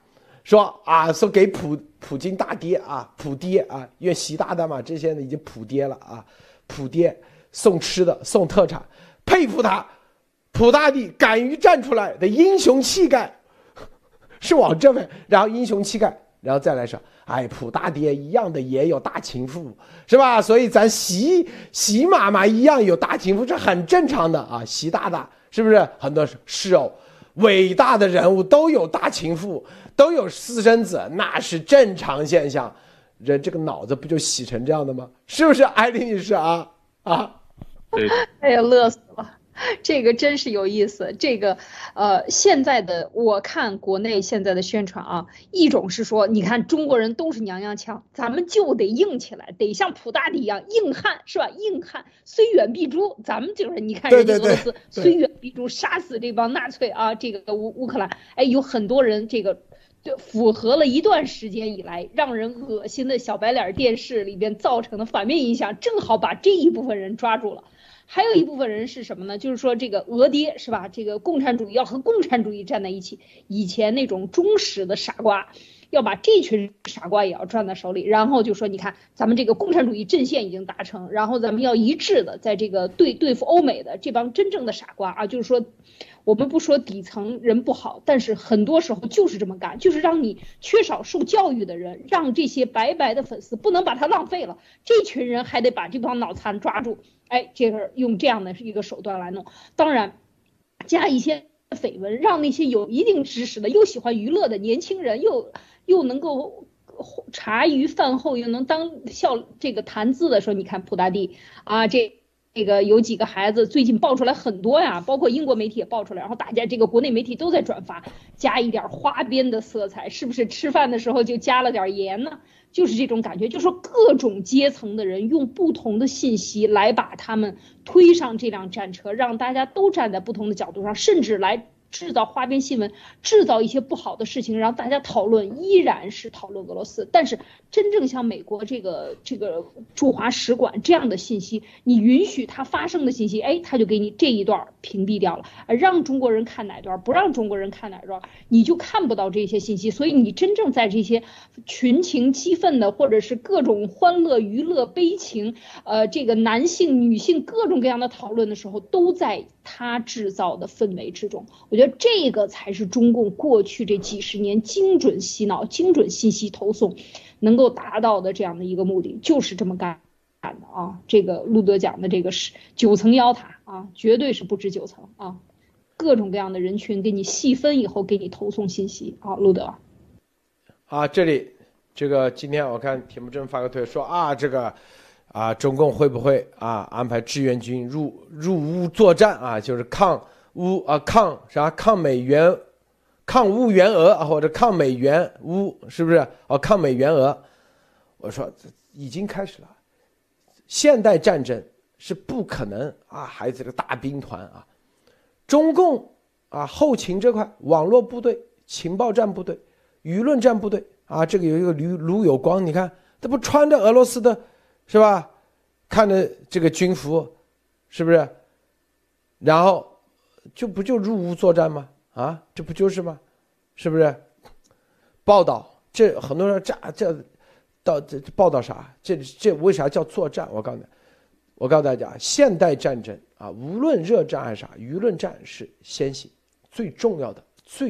说给普京大爹啊，普爹啊，因为习大大嘛，这些人已经普爹了啊，普爹送吃的送特产，佩服他，普大帝敢于站出来的英雄气概，是往这边，然后英雄气概，然后再来说，哎，普大爹一样的也有大情妇，是吧？所以咱习妈妈一样有大情妇，是很正常的啊。习大大是不是很多是哦？伟大的人物都有大情妇，都有私生子，那是正常现象。人这个脑子不就洗成这样的吗？是不是，艾丽女士啊？
对，
哎呀，乐死了。这个真是有意思。这个现在的我看国内现在的宣传啊，一种是说，你看中国人都是娘娘腔，咱们就得硬起来，得像普大帝一样硬汉，是吧？硬汉虽远必诛，咱们就是你看人家俄罗斯虽远必诛，杀死这帮纳粹啊，这个乌克兰，哎，有很多人这个。就符合了一段时间以来让人恶心的小白脸电视里边造成的反面影响，正好把这一部分人抓住了。还有一部分人是什么呢？就是说这个俄爹是吧？这个共产主义要和共产主义站在一起，以前那种忠实的傻瓜，要把这群傻瓜也要攥在手里，然后就说你看咱们这个共产主义阵线已经达成，然后咱们要一致的在这个对付欧美的这帮真正的傻瓜啊，就是说。我们不说底层人不好，但是很多时候就是这么干，就是让你缺少受教育的人，让这些白白的粉丝不能把它浪费了，这群人还得把这帮脑残抓住，哎，这个用这样的一个手段来弄，当然加一些绯闻，让那些有一定知识的又喜欢娱乐的年轻人又能够茶余饭后又能当这个谈资的时候，你看普大帝啊这个有几个孩子最近爆出来很多呀，包括英国媒体也爆出来，然后大家这个国内媒体都在转发，加一点花边的色彩，是不是吃饭的时候就加了点盐呢？就是这种感觉，就是说各种阶层的人用不同的信息来把他们推上这辆战车，让大家都站在不同的角度上，甚至来制造花边新闻，制造一些不好的事情，让大家讨论，依然是讨论俄罗斯。但是真正像美国这个驻华使馆这样的信息，你允许它发生的信息，哎，他就给你这一段屏蔽掉了，让中国人看哪段，不让中国人看哪段，你就看不到这些信息。所以你真正在这些群情激愤的，或者是各种欢乐、娱乐、悲情，这个男性、女性各种各样的讨论的时候，都在他制造的氛围之中。我觉得这个才是中共过去这几十年精准洗脑、精准信息投送能够达到的这样的一个目的，就是这么干的啊。这个路德讲的这个是9层妖塔啊，绝对是不止9层啊，各种各样的人群给你细分以后给你投送信息啊，路德。
这里这个今天我看铁木真发个推说这个中共会不会安排志愿军入乌作战就是抗美援抗乌援俄或者抗美援乌，是不是抗美援俄？我说已经开始了，现代战争是不可能还这个大兵团中共后勤这块网络部队、情报战部队、舆论战部队这个有一个卢有光，你看他不穿着俄罗斯的是吧？看着这个军服，是不是？然后就入乌作战吗？这不就是吗？是不是？报道这很多人这报道啥？这为啥叫作战？我告诉大家，现代战争无论热战还是啥，舆论战是先行最重要的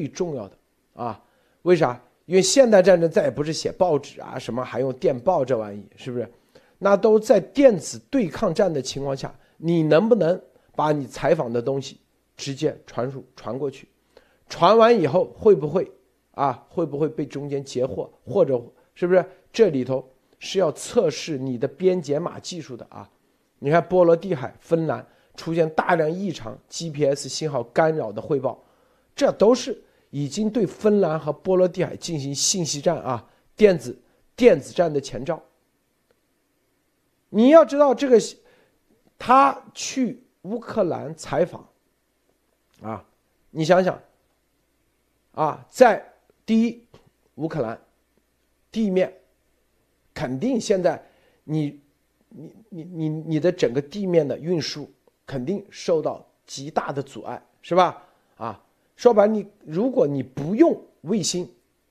为啥？因为现代战争再也不是写报纸什么还用电报这玩意，是不是？那都在电子对抗战的情况下，你能不能把你采访的东西直接传过去？传完以后会不会被中间截获，或者是不是这里头是要测试你的编解码技术的你看波罗的海、芬兰出现大量异常 GPS 信号干扰的汇报，这都是已经对芬兰和波罗的海进行信息战电子战的前兆。你要知道这个，他去乌克兰采访你想想在第一乌克兰地面肯定现在你的整个地面的运输肯定受到极大的阻碍，是吧？说白了，如果你不用卫星，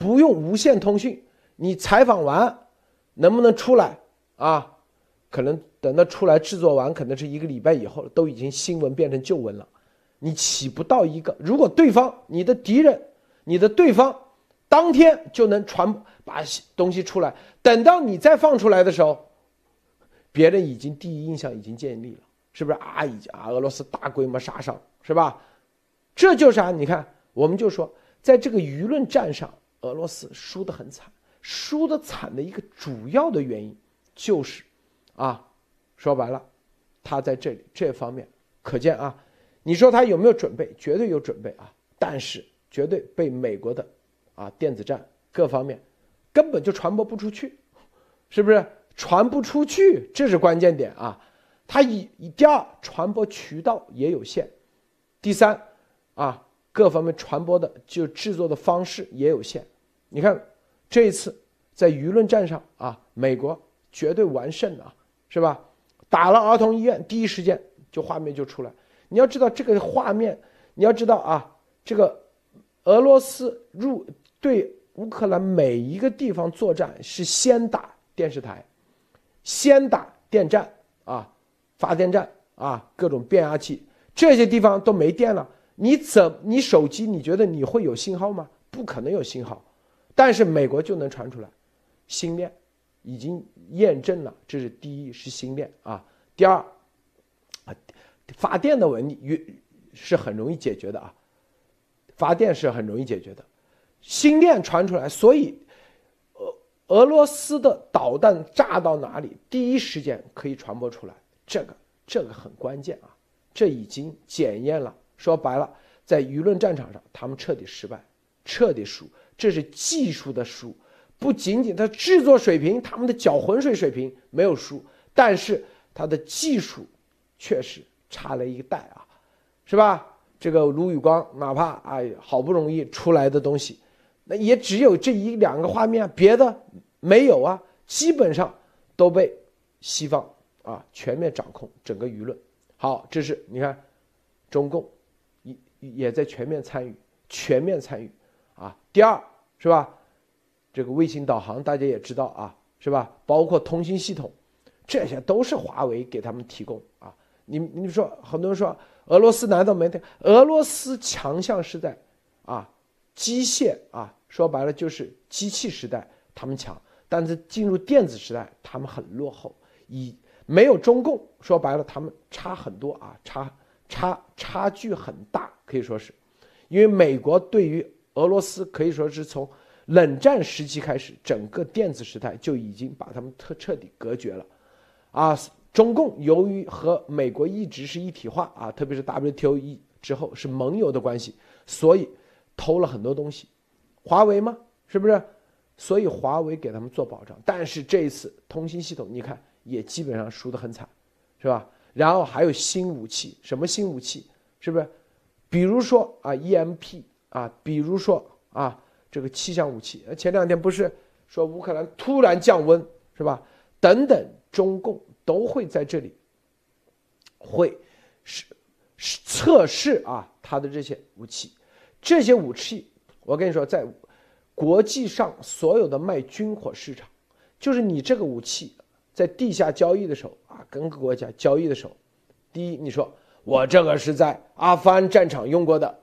不用无线通讯，你采访完能不能出来啊？可能等到出来制作完，可能是1个礼拜以后，都已经新闻变成旧闻了。你起不到一个，如果对方你的敌人，你的对方当天就能把东西出来，等到你再放出来的时候，别人已经第一印象已经建立了，是不是啊？俄罗斯大规模杀伤，是吧？这就是你看，我们就说，在这个舆论战上，俄罗斯输得很惨，输得惨的一个主要的原因就是说白了，他在这方面，可见你说他有没有准备？绝对有准备但是绝对被美国的电子战各方面根本就传播不出去，是不是？传不出去，这是关键点它第二，传播渠道也有限；第三各方面传播的就制作的方式也有限。你看这一次在舆论战上美国绝对完胜是吧？打了儿童医院，第一时间就画面就出来。你要知道这个画面，你要知道这个俄罗斯对乌克兰每一个地方作战是先打电视台，先打电站发电站各种变压器，这些地方都没电了，你手机你觉得你会有信号吗？不可能有信号。但是美国就能传出来，星链已经验证了，这是第一，是星链第二发电的问题是很容易解决的发电是很容易解决的，星链传出来，所以俄罗斯的导弹炸到哪里，第一时间可以传播出来，这个很关键这已经检验了。说白了，在舆论战场上，他们彻底失败，彻底输，这是技术的输，不仅仅他制作水平，他们的搅浑水水平没有输，但是他的技术确实差了一个代是吧？这个卢宇光哪怕好不容易出来的东西，那也只有这1-2个画面，别的没有基本上都被西方全面掌控整个舆论。好，这是你看中共也在全面参与第二是吧？这个卫星导航大家也知道是吧？包括通信系统，这些都是华为给他们提供你说很多人说俄罗斯难道没？俄罗斯强项是在机械说白了就是机器时代他们强，但是进入电子时代他们很落后，没有中共，说白了他们差很多差距很大，可以说是因为美国对于俄罗斯可以说是从冷战时期开始，整个电子时代就已经把他们彻底隔绝了中共由于和美国一直是一体化特别是 WTO 之后是盟友的关系，所以偷了很多东西。华为吗？是不是？所以华为给他们做保障，但是这一次通信系统你看也基本上输得很惨，是吧？然后还有新武器，什么新武器？是不是？比如说EMP 比如说这个气象武器，前2天不是说乌克兰突然降温，是吧？等等，中共都会在这里会测试它的这些武器。这些武器我跟你说，在国际上所有的卖军火市场，就是你这个武器在地下交易的时候跟各个国家交易的时候，第一你说我这个是在阿富汗战场用过的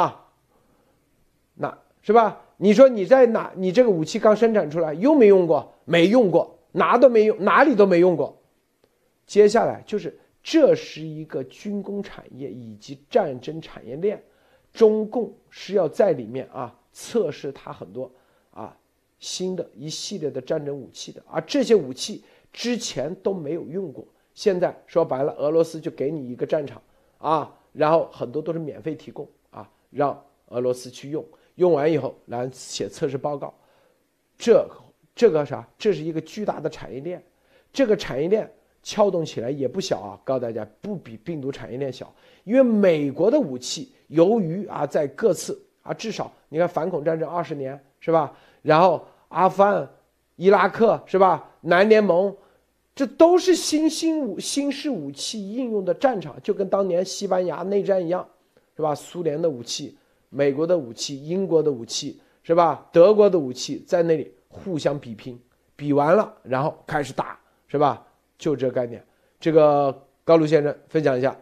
那是吧？你说你在哪？你这个武器刚生产出来用没用过？没用过，哪里都没用过。接下来就是这是一个军工产业以及战争产业链，中共是要在里面测试它很多新的一系列的战争武器的，而这些武器之前都没有用过。现在说白了，俄罗斯就给你一个战场然后很多都是免费提供让俄罗斯去用，用完以后来写测试报告。这个啥？这是一个巨大的产业链，这个产业链撬动起来也不小告诉大家不比病毒产业链小，因为美国的武器由于在各次至少你看反恐战争20年是吧？然后阿富汗、伊拉克是吧？南联盟，这都是新式武器应用的战场，就跟当年西班牙内战一样，是吧？苏联的武器、美国的武器、英国的武器是吧？德国的武器在那里互相比拼，比完了然后开始打，是吧？就这概念。这个高卢先生分享一下。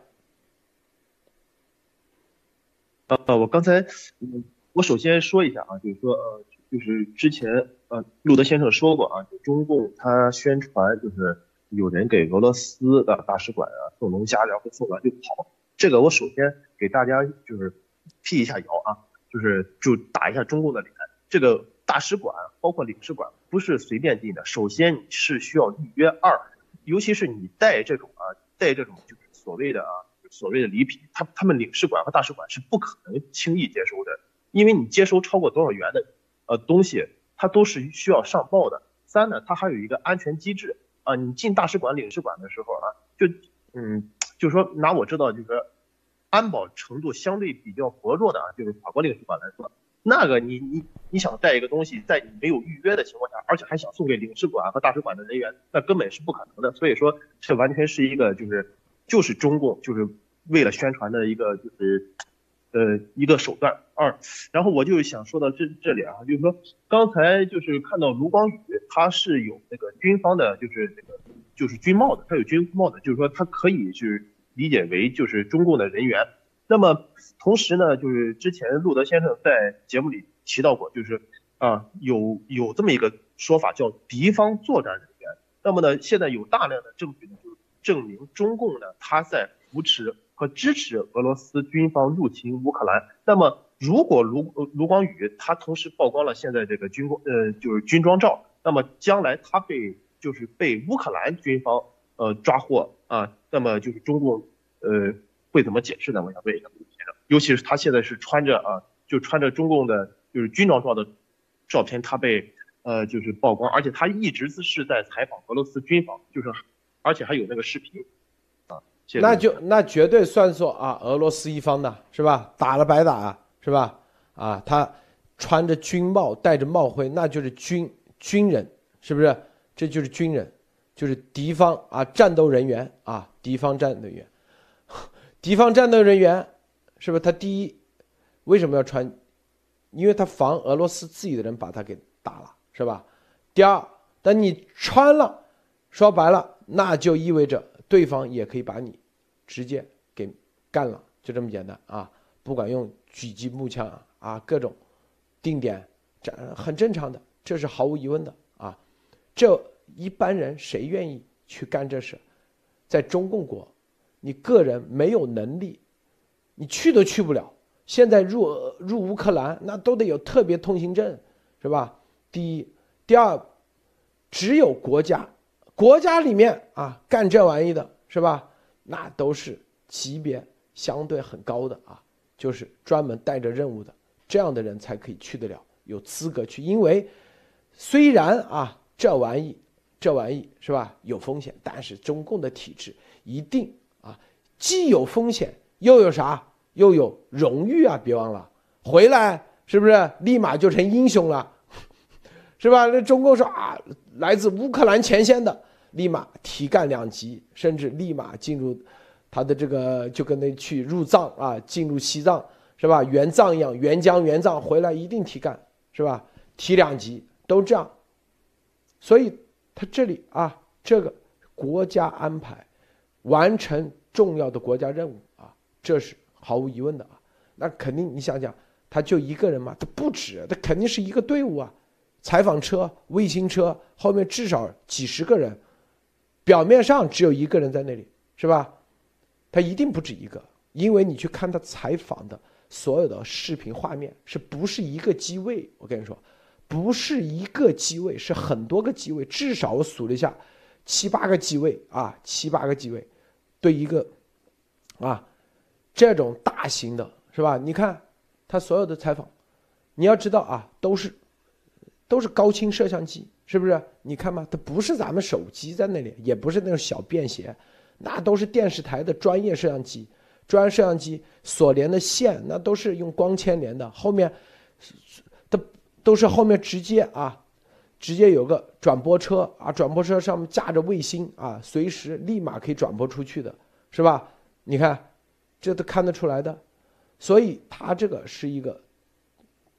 我刚才，我首先说一下啊，就是说，就是之前，路德先生说过啊，就中共他宣传就是有人给俄罗斯的大使馆送龙虾，然后送完就跑。这个我首先给大家就是辟一下谣啊，就打一下中共的脸。这个大使馆包括领事馆不是随便进的，首先你是需要预约，尤其是你带这种就是所谓的礼品，他们领事馆和大使馆是不可能轻易接收的，因为你接收超过多少元的东西，它都是需要上报的。三呢，它还有一个安全机制啊，你进大使馆、领事馆的时候啊，就是说拿我知道就是安保程度相对比较薄弱的啊，就是法国领事馆来说，那个你想带一个东西，在你没有预约的情况下，而且还想送给领事馆和大使馆的人员，那根本是不可能的。所以说，这完全是一个就是中共就是为了宣传的一个一个手段。然后我就想说到这里啊，就是说刚才就是看到卢光宇他是有那个军方的，就是军帽的，他有军帽的，就是说他可以去理解为就是中共的人员。那么同时呢，就是之前路德先生在节目里提到过，就是有这么一个说法叫敌方作战人员。那么呢，现在有大量的证据呢，就是证明中共呢他在扶持和支持俄罗斯军方入侵乌克兰。那么如果卢光宇他同时曝光了现在这个就是军装照，那么将来他被乌克兰军方抓获啊，那么就是中共会怎么解释呢？我想问一下卢先生，尤其是他现在是穿着中共的就是军装照的照片，他被就是曝光，而且他一直是在采访俄罗斯军方，而且还有那个视频啊。
那绝对算作啊俄罗斯一方的是吧？打了白打是吧？啊，他穿着军帽，戴着帽徽，那就是军人，是不是？这就是军人，就是敌方啊战斗人员啊，敌方战斗人员，是不是？他第一为什么要穿？因为他防俄罗斯自己的人把他给打了，是吧？第二，但你穿了，说白了，那就意味着对方也可以把你直接给干了，就这么简单啊！不管用狙击步枪啊，各种定点，这很正常的，这是毫无疑问的啊。这一般人谁愿意去干这事？在中共国，你个人没有能力，你去都去不了。现在入乌克兰，那都得有特别通行证，是吧？第一，第二，只有国家里面啊干这玩意的，是吧？那都是级别相对很高的啊，就是专门带着任务的，这样的人才可以去得了，有资格去。因为虽然啊这玩意是吧有风险，但是中共的体制一定啊既有风险又有啥？又有荣誉啊！别忘了回来是不是立马就成英雄了，是吧？那中共说啊，来自乌克兰前线的，立马提干2级，甚至立马进入他的这个，就跟那去入藏啊，进入西藏是吧？援藏一样，援疆援藏回来一定提干是吧？提2级都这样，所以他这里啊，这个国家安排完成重要的国家任务啊，这是毫无疑问的啊。那肯定你想想，他就一个人嘛，他不止，他肯定是一个队伍啊，采访车、卫星车后面至少几十个人，表面上只有一个人在那里，是吧？他一定不止一个，因为你去看他采访的所有的视频画面，是不是一个机位？我跟你说，不是一个机位，是很多个机位，至少我数了一下，7、8个机位啊，7、8个机位，对一个啊这种大型的，是吧？你看他所有的采访，你要知道啊，都是高清摄像机，是不是？你看嘛，它不是咱们手机在那里，也不是那种小便携，那都是电视台的专业摄像机。专业摄像机所连的线，那都是用光纤连的，后面都是后面直接有个转播车啊，转播车上面架着卫星啊，随时立马可以转播出去的，是吧？你看，这都看得出来的。所以它这个是一个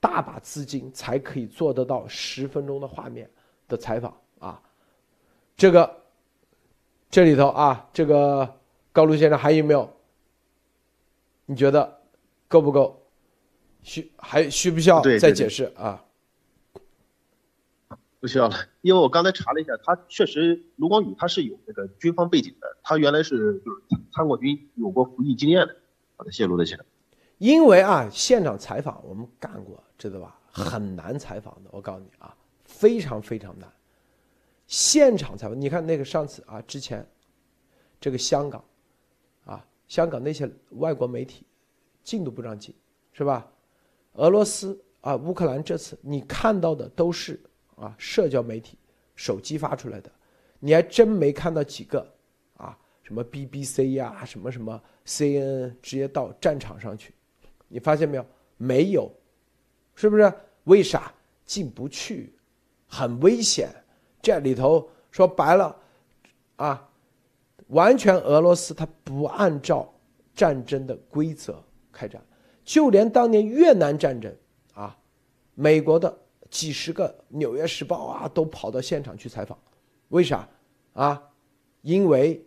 大把资金才可以做得到10分钟的画面的采访啊。这里头啊，这个高卢先生还有没有？你觉得够不够？需不需要再解释啊？
不需要了，因为我刚才查了一下，他确实卢广宇他是有那个军方背景的，他原来就是参过军，有过服役经验的，把他泄露了起来。
因为啊，现场采访我们干过，知道吧？很难采访的，我告诉你啊，非常非常难。现场采访，你看那个上次啊，之前这个香港那些外国媒体进都不让进，是吧？俄罗斯啊，乌克兰这次你看到的都是啊社交媒体手机发出来的，你还真没看到几个啊什么 BBC 呀、什么 CNN 直接到战场上去，你发现没有？没有，是不是？为啥？进不去，很危险。这里头说白了啊，完全俄罗斯它不按照战争的规则开战，就连当年越南战争啊，美国的几十个《纽约时报》啊都跑到现场去采访，为啥啊？因为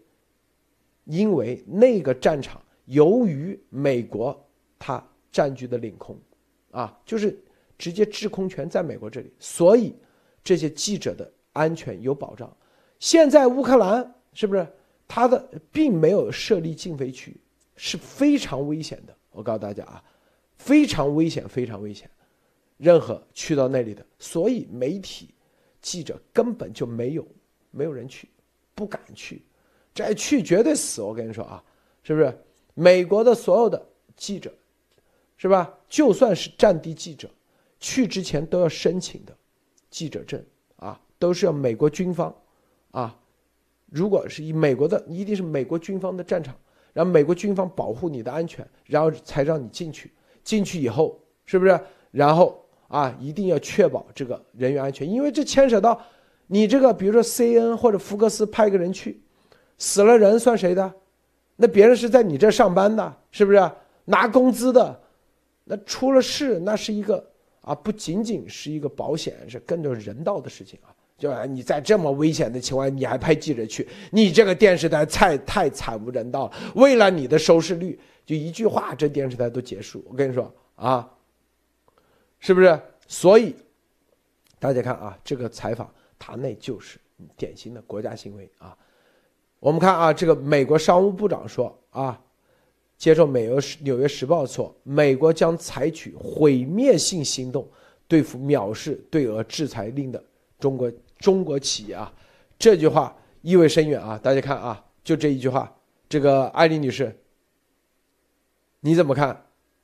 那个战场由于美国它占据的领空啊，就是直接制空权在美国这里，所以这些记者的安全有保障。现在乌克兰是不是它的并没有设立禁飞区，是非常危险的。我告诉大家啊，非常危险，非常危险。任何去到那里的，所以媒体记者根本就没有人去，不敢去，这去绝对死。我跟你说啊，是不是？美国的所有的记者，是吧？就算是战地记者，去之前都要申请的记者证啊，都是要美国军方啊。如果是以美国的，一定是美国军方的战场，然后美国军方保护你的安全，然后才让你进去。进去以后，是不是？然后啊，一定要确保这个人员安全，因为这牵扯到你这个，比如说 CNN 或者福克斯派个人去，死了人算谁的？那别人是在你这上班的，是不是？拿工资的，那出了事，那是一个啊，不仅仅是一个保险，是更多人道的事情啊。就你在这么危险的情况下，你还派记者去，你这个电视台太惨无人道了。为了你的收视率，就一句话，这电视台都结束。我跟你说啊，是不是？所以大家看啊，这个采访，它那就是典型的国家行为啊。我们看啊，这个美国商务部长说啊，接受纽约时报说，美国将采取毁灭性行动对付藐视对俄制裁令的中国企业啊。这句话意味深远啊！大家看啊，就这一句话，这个艾丽女士，你怎么看？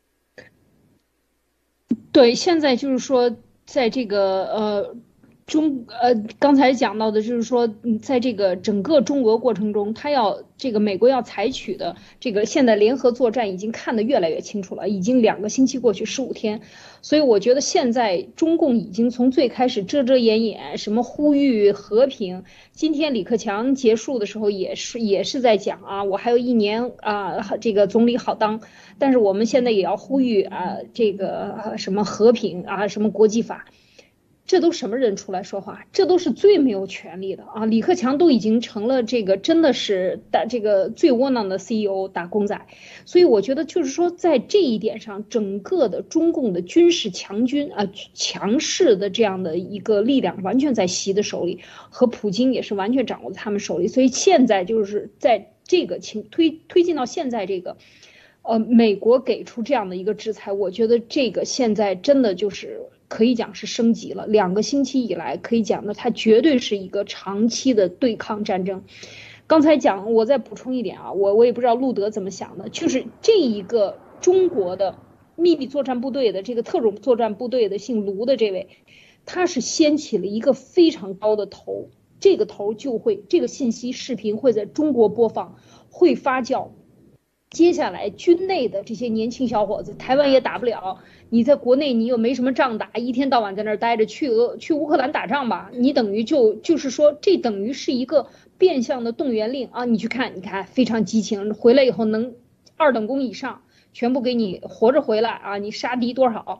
对，现在就是说，在这个刚才讲到的，就是说，在这个整个中国过程中，美国要采取的这个现在联合作战已经看得越来越清楚了，已经2个星期过去15天，所以我觉得现在中共已经从最开始遮遮掩掩，什么呼吁和平，今天李克强结束的时候也是在讲啊，我还有1年啊，这个总理好当，但是我们现在也要呼吁啊，这个什么和平啊，什么国际法。这都什么人出来说话？这都是最没有权利的啊！李克强都已经成了这个真的是这个最窝囊的 CEO 打工仔，所以我觉得就是说，在这一点上，整个的中共的军事强势的这样的一个力量，完全在习的手里，和普京也是完全掌握在他们手里。所以现在就是在这个推进到现在这个，美国给出这样的一个制裁，我觉得这个现在真的就是可以讲是升级了。2个星期以来，可以讲的它绝对是一个长期的对抗战争。刚才讲，我再补充一点啊，我也不知道路德怎么想的，就是这一个中国的秘密作战部队的这个特种作战部队的姓卢的这位，他是掀起了一个非常高的头，这个头就会这个信息视频会在中国播放，会发酵。接下来军内的这些年轻小伙子，台湾也打不了，你在国内你又没什么仗打，一天到晚在那儿待着，去乌克兰打仗吧，你等于就是说，这等于是一个变相的动员令啊！你去看，你看非常激情，回来以后能2等功以上，全部给你活着回来啊！你杀敌多少？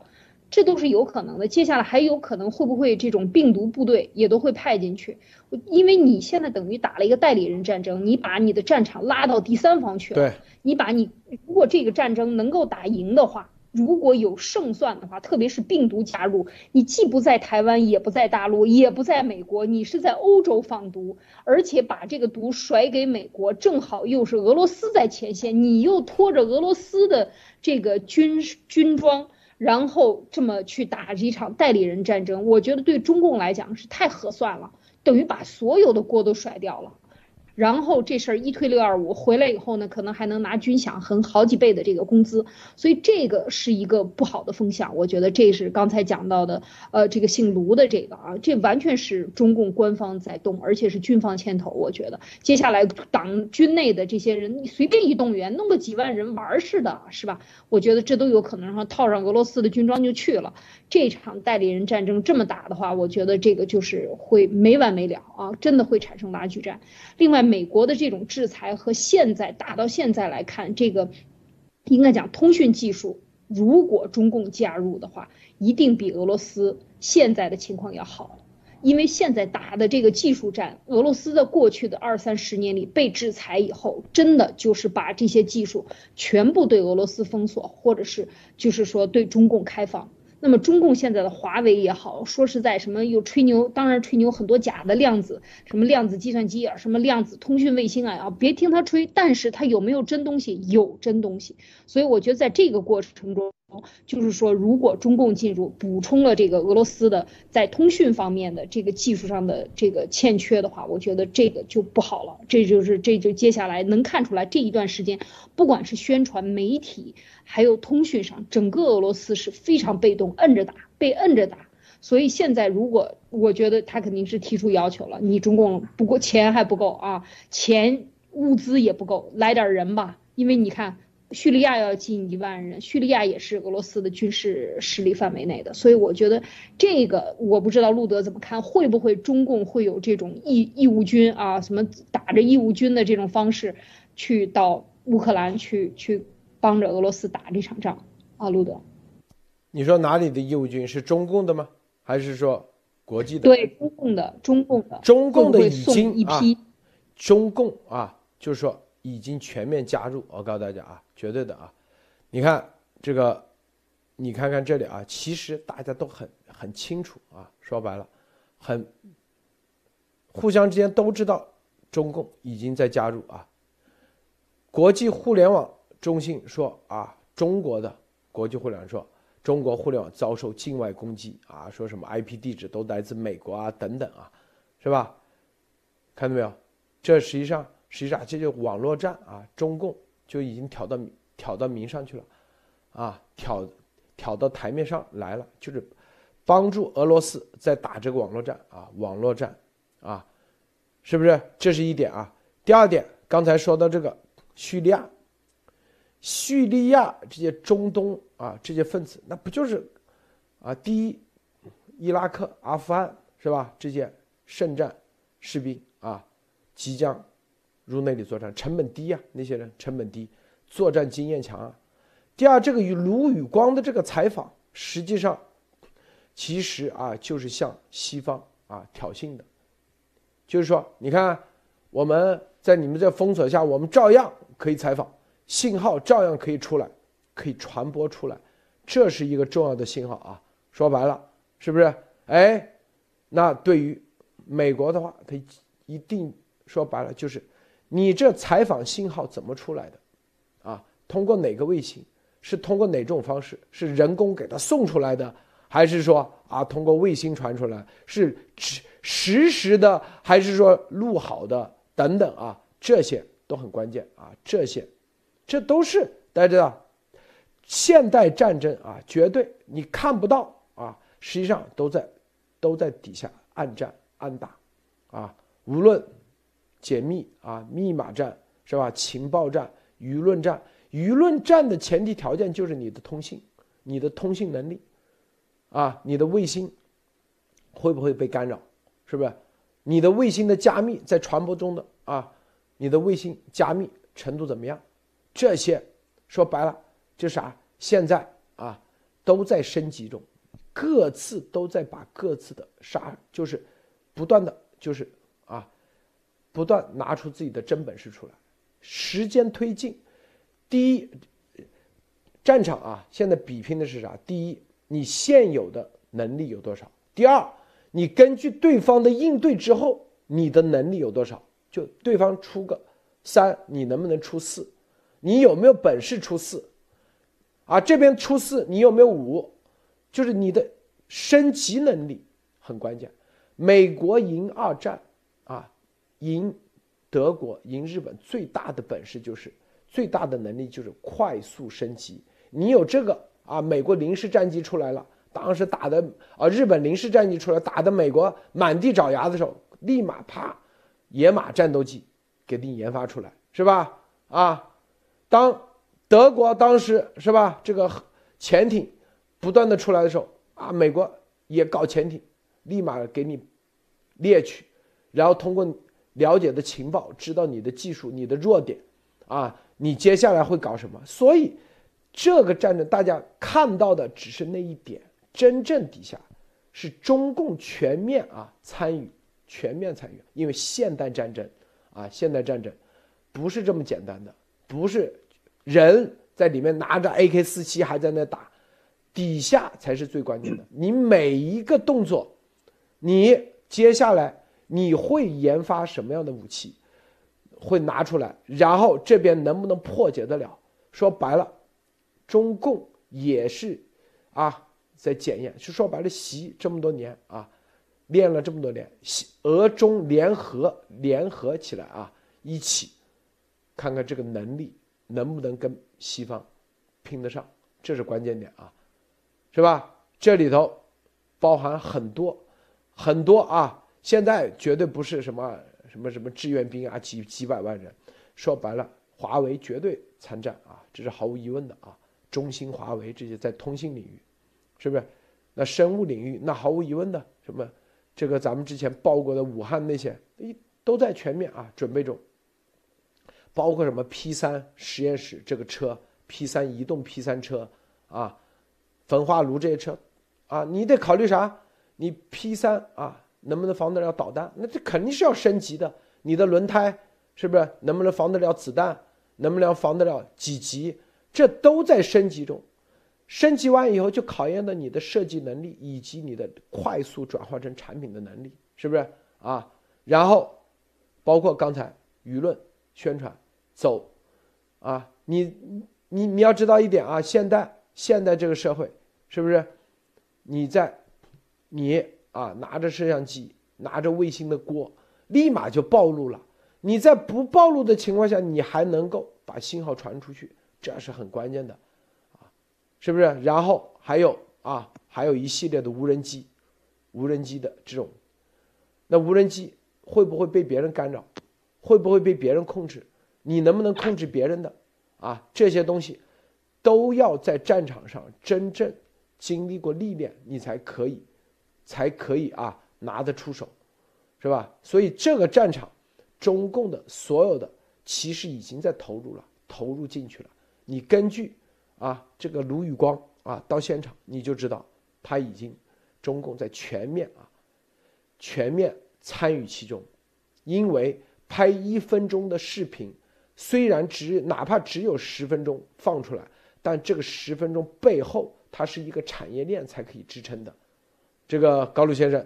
这都是有可能的。接下来还有可能会不会这种病毒部队也都会派进去？因为你现在等于打了一个代理人战争，你把你的战场拉到第三方去了。
对，
如果这个战争能够打赢的话，如果有胜算的话，特别是病毒加入，你既不在台湾，也不在大陆，也不在美国，你是在欧洲放毒，而且把这个毒甩给美国，正好又是俄罗斯在前线，你又拖着俄罗斯的这个军装。然后这么去打这场代理人战争，我觉得对中共来讲是太合算了，等于把所有的锅都甩掉了。然后这事儿一推625回来以后呢，可能还能拿军饷和好几倍的这个工资，所以这个是一个不好的风向。我觉得这是刚才讲到的，这个姓卢的这个啊，这完全是中共官方在动，而且是军方牵头。我觉得接下来党军内的这些人，你随便一动员，弄个几万人玩似的，是吧？我觉得这都有可能上套上俄罗斯的军装就去了。这场代理人战争这么打的话，我觉得这个就是会没完没了啊，真的会产生拉锯战。另外，美国的这种制裁和现在打到现在来看，这个应该讲通讯技术，如果中共加入的话，一定比俄罗斯现在的情况要好。因为现在打的这个技术战，俄罗斯在过去的20-30年里被制裁以后，真的就是把这些技术全部对俄罗斯封锁，或者是就是说对中共开放。那么中共现在的华为也好，说实在什么又吹牛，当然吹牛很多假的量子，什么量子计算机啊，什么量子通讯卫星啊，别听他吹，但是他有没有真东西？有真东西。所以我觉得在这个过程中，就是说，如果中共进入补充了这个俄罗斯的在通讯方面的这个技术上的这个欠缺的话，我觉得这个就不好了。这就接下来能看出来这一段时间，不管是宣传媒体还有通讯上，整个俄罗斯是非常被动，被摁着打。所以现在如果我觉得他肯定是提出要求了，你中共不过钱还不够啊，钱物资也不够，来点人吧，因为你看。叙利亚要近1万人，叙利亚也是俄罗斯的军事势力范围内的，所以我觉得这个我不知道路德怎么看，会不会中共会有这种义务军啊，什么打着义务军的这种方式去到乌克兰去帮着俄罗斯打这场仗啊？路德，
你说哪里的义务军是中共的吗？还是说国际的？
对，中共的
已经
一批，
中共啊，就是说已经全面加入。我告诉大家啊，绝对的啊，你看这个，你看看这里啊，其实大家都很清楚啊，说白了，互相之间都知道中共已经在加入啊。国际互联网中心说啊，中国的国际互联网说，中国互联网遭受境外攻击啊，说什么 IP 地址都来自美国啊等等啊，是吧？看到没有？这实际上这就网络战啊，中共就已经挑到明上去了，啊，挑到台面上来了，就是帮助俄罗斯在打这个网络战啊，是不是？这是一点啊。第二点，刚才说到这个叙利亚这些中东啊这些分子，那不就是啊第一伊拉克、阿富汗是吧？这些圣战士兵啊，即将入内里作战，成本低啊，那些人成本低，作战经验强啊。第二，这个与卢宇光的这个采访，实际上其实啊就是向西方啊挑衅的，就是说，你看我们在你们这封锁下，我们照样可以采访，信号照样可以出来，可以传播出来，这是一个重要的信号啊。说白了，是不是？哎，那对于美国的话，它一定说白了就是，你这采访信号怎么出来的？啊，通过哪个卫星？是通过哪种方式？是人工给它送出来的，还是说啊通过卫星传出来？是实时的，还是说录好的？等等啊，这些都很关键啊，这都是大家知道，现代战争啊，绝对你看不到啊，实际上都在底下暗战暗打啊，无论解密啊、密码战是吧？情报战、舆论战的前提条件就是你的通信能力啊，你的卫星会不会被干扰？是不是？你的卫星的加密在传播中的啊，你的卫星加密程度怎么样？这些说白了就啥？现在啊都在升级中， 各自都在把各自的就是不断的就是不断拿出自己的真本事出来。时间推进，第一，战场现在比拼的是啥？第一，你现有的能力有多少；第二，你根据对方的应对之后，你的能力有多少？就对方出个3，你能不能出4？你有没有本事出4？这边出4，你有没有5？就是你的升级能力很关键。美国赢2战赢德国、赢日本最大的本事就是最大的能力就是快速升级。你有这个美国零式战机出来了，当时打的日本零式战机出来打的美国满地找牙的时候，立马野马战斗机给你研发出来，是吧？当德国当时是吧，这个潜艇不断的出来的时候美国也搞潜艇，立马给你猎取，然后通过了解的情报知道你的技术、你的弱点你接下来会搞什么。所以这个战争大家看到的只是那一点，真正底下是中共全面参与，因为现代战争不是这么简单的，不是人在里面拿着 AK47还在那打，底下才是最关键的。你每一个动作，你接下来你会研发什么样的武器会拿出来，然后这边能不能破解得了。说白了，中共也是在检验，是说白了习这么多年练了这么多年，俄中联合起来一起看看这个能力能不能跟西方拼得上，这是关键点是吧？这里头包含很多现在绝对不是什么志愿兵几百万人，说白了，华为绝对参战这是毫无疑问的中兴、华为这些在通信领域，是不是？那生物领域那毫无疑问的什么这个咱们之前报过的武汉那些都在全面准备中，包括什么 P3 实验室这个车 ，P3 移动 P3 车焚化炉这些车你得考虑啥？你 P3 能不能防得了导弹？那这肯定是要升级的。你的轮胎是不是能不能防得了子弹？能不能防得了几级？这都在升级中。升级完以后，就考验到你的设计能力以及你的快速转化成产品的能力，是不是然后包括刚才舆论宣传你要知道一点现代这个社会是不是？你拿着摄像机，拿着卫星的锅，立马就暴露了。你在不暴露的情况下，你还能够把信号传出去，这是很关键的是不是？然后还有一系列的无人机的这种，那无人机会不会被别人干扰？会不会被别人控制？你能不能控制别人的这些东西都要在战场上真正经历过历练，你才可以拿得出手，是吧？所以这个战场，中共的所有的其实已经在投入进去了。你根据这个卢宇光到现场，你就知道他已经中共在全面参与其中。因为拍1分钟的视频，虽然哪怕只有10分钟放出来，但这个10分钟背后，它是一个产业链才可以支撑的。这个高鲁先生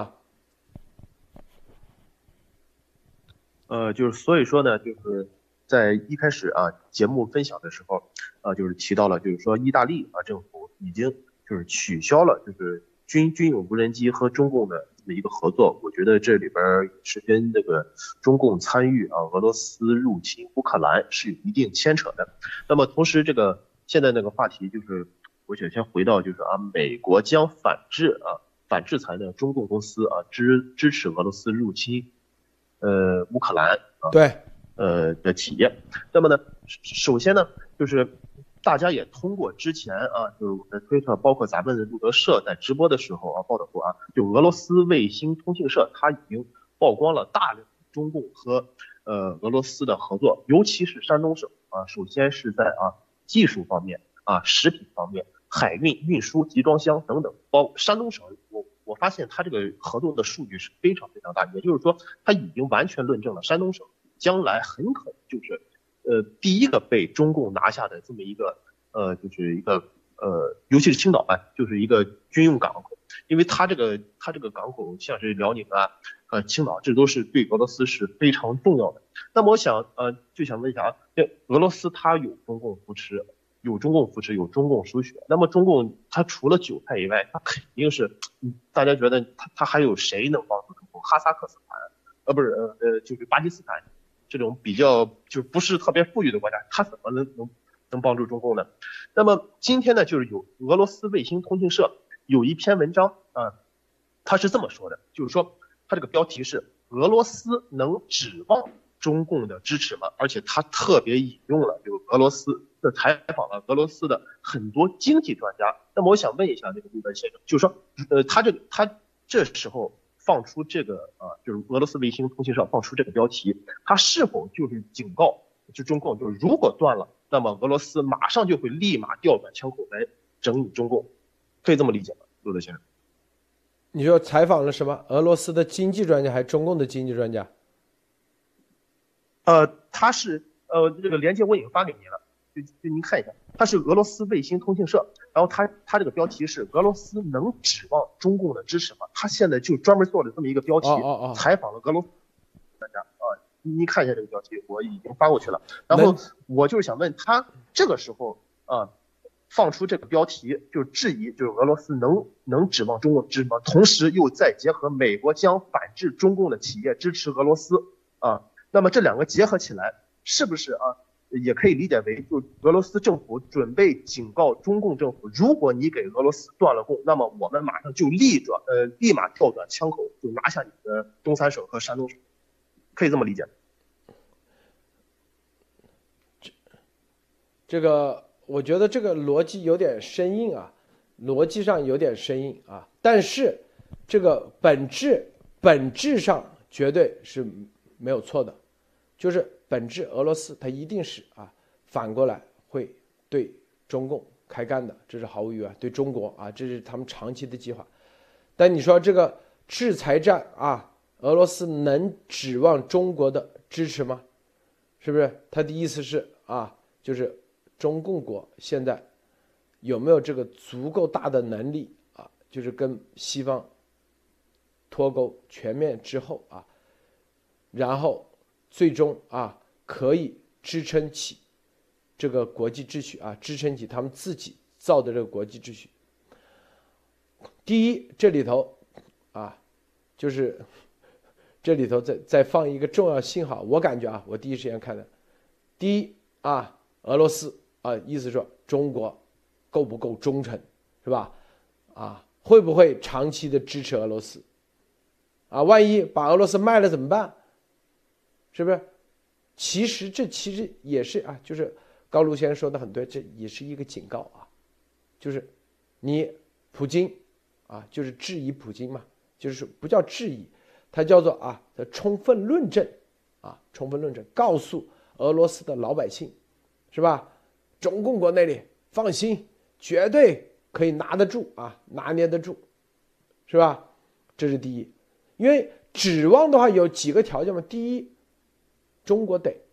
就是所以说呢，就是在一开始节目分享的时候就是提到了，就是说意大利政府已经就是取消了就是军用无人机和中共的一个合作。我觉得这里边是跟这个中共参与俄罗斯入侵乌克兰是有一定牵扯的。那么同时这个现在那个话题就是我想先回到就是美国将反制裁呢中共公司支持俄罗斯入侵乌克兰
对
的企业。那么呢，首先呢，就是大家也通过之前就是我的推特，包括咱们的路德社在直播的时候报道过就俄罗斯卫星通讯社它已经曝光了大量中共和俄罗斯的合作，尤其是山东省首先是在技术方面食品方面海运、运输、集装箱等等。山东省，我发现它这个合作的数据是非常非常大，也就是说，它已经完全论证了山东省将来很可能就是第一个被中共拿下的这么一个就是一个尤其是青岛吧，就是一个军用港口，因为它这个港口像是辽宁啊、青岛，这都是对俄罗斯是非常重要的。那么我想就想问一下啊，俄罗斯它有中共扶持，有中共输血，那么中共它除了韭菜以外，它肯定是大家觉得它还有谁能帮助中共？哈萨克斯坦不是就是巴基斯坦这种比较就不是特别富裕的国家，它怎么能帮助中共呢？那么今天呢，就是有俄罗斯卫星通讯社有一篇文章啊，他是这么说的，就是说他这个标题是俄罗斯能指望中共的支持吗？而且他特别引用了就俄罗斯的采访了俄罗斯的很多经济专家。那么我想问一下这个陆德先生，就是说他这时候放出这个就是俄罗斯卫星通讯社放出这个标题，他是否就是警告就中共，就是如果断了，那么俄罗斯马上就会立马调转枪口来整你中共，可以这么理解吗，陆德先生？
你说采访了什么？俄罗斯的经济专家还是中共的经济专家？
他是这个链接我已经发给您了，就您看一下，他是俄罗斯卫星通讯社，然后他这个标题是俄罗斯能指望中共的支持吗？他现在就专门做了这么一个标题，采访了俄罗斯专家您看一下这个标题，我已经发过去了。然后我就是想问他这个时候放出这个标题，就质疑就是俄罗斯能指望中共支持吗？同时又再结合美国将反制中共的企业支持俄罗斯那么这两个结合起来，是不是也可以理解为就俄罗斯政府准备警告中共政府，如果你给俄罗斯断了供，那么我们马上就立马调转枪口，就拿下你的东三省和山东省，可以这么理解？
这个我觉得这个逻辑有点生硬逻辑上有点生硬但是这个本质上绝对是没有错的，就是本质俄罗斯它一定是反过来会对中共开干的，这是毫无疑问，对中国这是他们长期的计划。但你说这个制裁战俄罗斯能指望中国的支持吗？是不是？他的意思是就是中共国现在有没有这个足够大的能力就是跟西方脱钩全面之后然后最终可以支撑起这个国际秩序支撑起他们自己造的这个国际秩序。第一，这里头就是这里头再放一个重要信号，我感觉我第一时间看的，第一俄罗斯意思说中国够不够忠诚，是吧？会不会长期的支持俄罗斯？万一把俄罗斯卖了怎么办？是不是？其实也是就是高卢先生说的很对，这也是一个警告就是你普京就是质疑普京嘛，就是不叫质疑，它叫做充分论证充分论证，告诉俄罗斯的老百姓，是吧？中共国那里放心，绝对可以拿得住拿捏得住，是吧？这是第一。因为指望的话有几个条件嘛，第一，中国得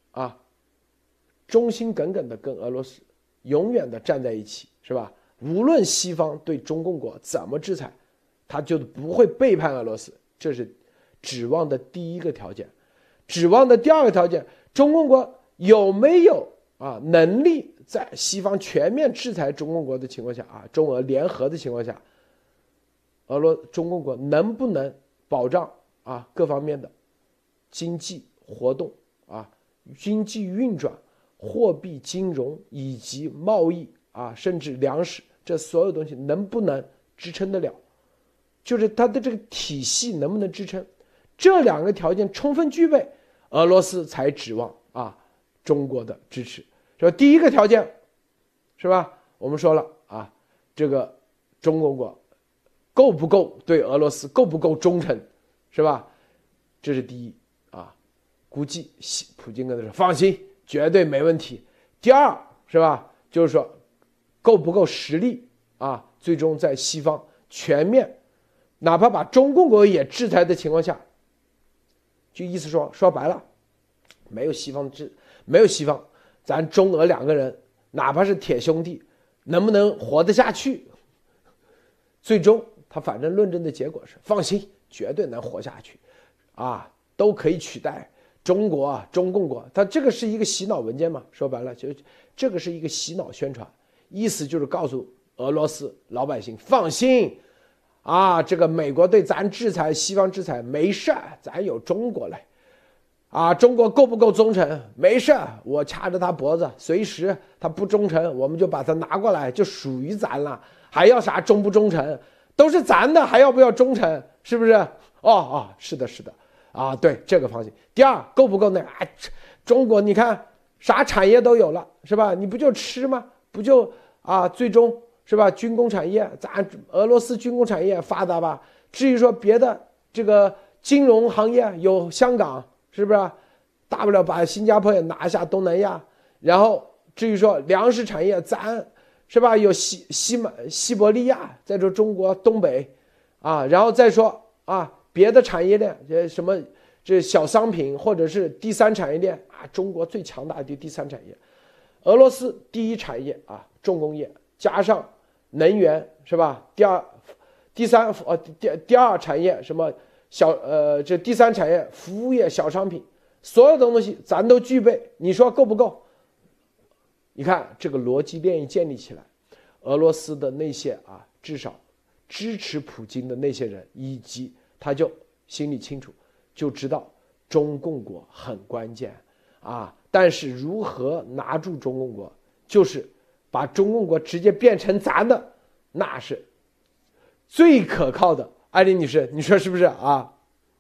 忠心耿耿的跟俄罗斯永远的站在一起，是吧？无论西方对中共国怎么制裁，他就不会背叛俄罗斯，这是指望的第一个条件。指望的第二个条件，中共国有没有能力在西方全面制裁中共国的情况下中俄联合的情况下，中共国能不能保障各方面的经济活动经济运转、货币金融以及贸易甚至粮食，这所有东西能不能支撑得了？就是它的这个体系能不能支撑？这两个条件充分具备，俄罗斯才指望中国的支持。说第一个条件是吧？我们说了这个中国国够不够对俄罗斯够不够忠诚，是吧？这是第一估计普京跟他说放心，绝对没问题。第二是吧？就是说够不够实力啊？最终在西方全面，哪怕把中共国也制裁的情况下，就意思说白了，没有西方，咱中俄两个人，哪怕是铁兄弟，能不能活得下去？最终他反正论证的结果是，放心，绝对能活下去，啊，都可以取代中共国。他这个是一个洗脑文件嘛，说白了就这个是一个洗脑宣传，意思就是告诉俄罗斯老百姓放心，啊，这个美国对咱制裁，西方制裁没事，咱有中国来。啊，中国够不够忠诚？没事，我掐着他脖子，随时他不忠诚，我们就把他拿过来，就属于咱了。还要啥忠不忠诚？都是咱的，还要不要忠诚？是不是？是的，啊，对，这个放心。第二，够不够那？啊，中国你看啥产业都有了，是吧？你不就吃吗？不就啊？最终是吧？军工产业，咱俄罗斯军工产业发达吧？至于说别的这个金融行业，有香港。是不是？大不了把新加坡也拿下东南亚，然后至于说粮食产业，咱是吧？有西伯利亚，再说中国东北，啊，然后再说啊别的产业链，什么这小商品或者是第三产业链啊，中国最强大的第三产业，俄罗斯第一产业啊重工业，加上能源是吧？第二产业什么？这第三产业服务业小商品，所有的东西咱都具备，你说够不够？你看这个逻辑链一建立起来，俄罗斯的那些啊，至少支持普京的那些人，以及他就心里清楚，就知道中共国很关键啊。但是如何拿住中共国，就是把中共国直接变成咱的，那是最可靠的。艾琳女士，你说是不是啊？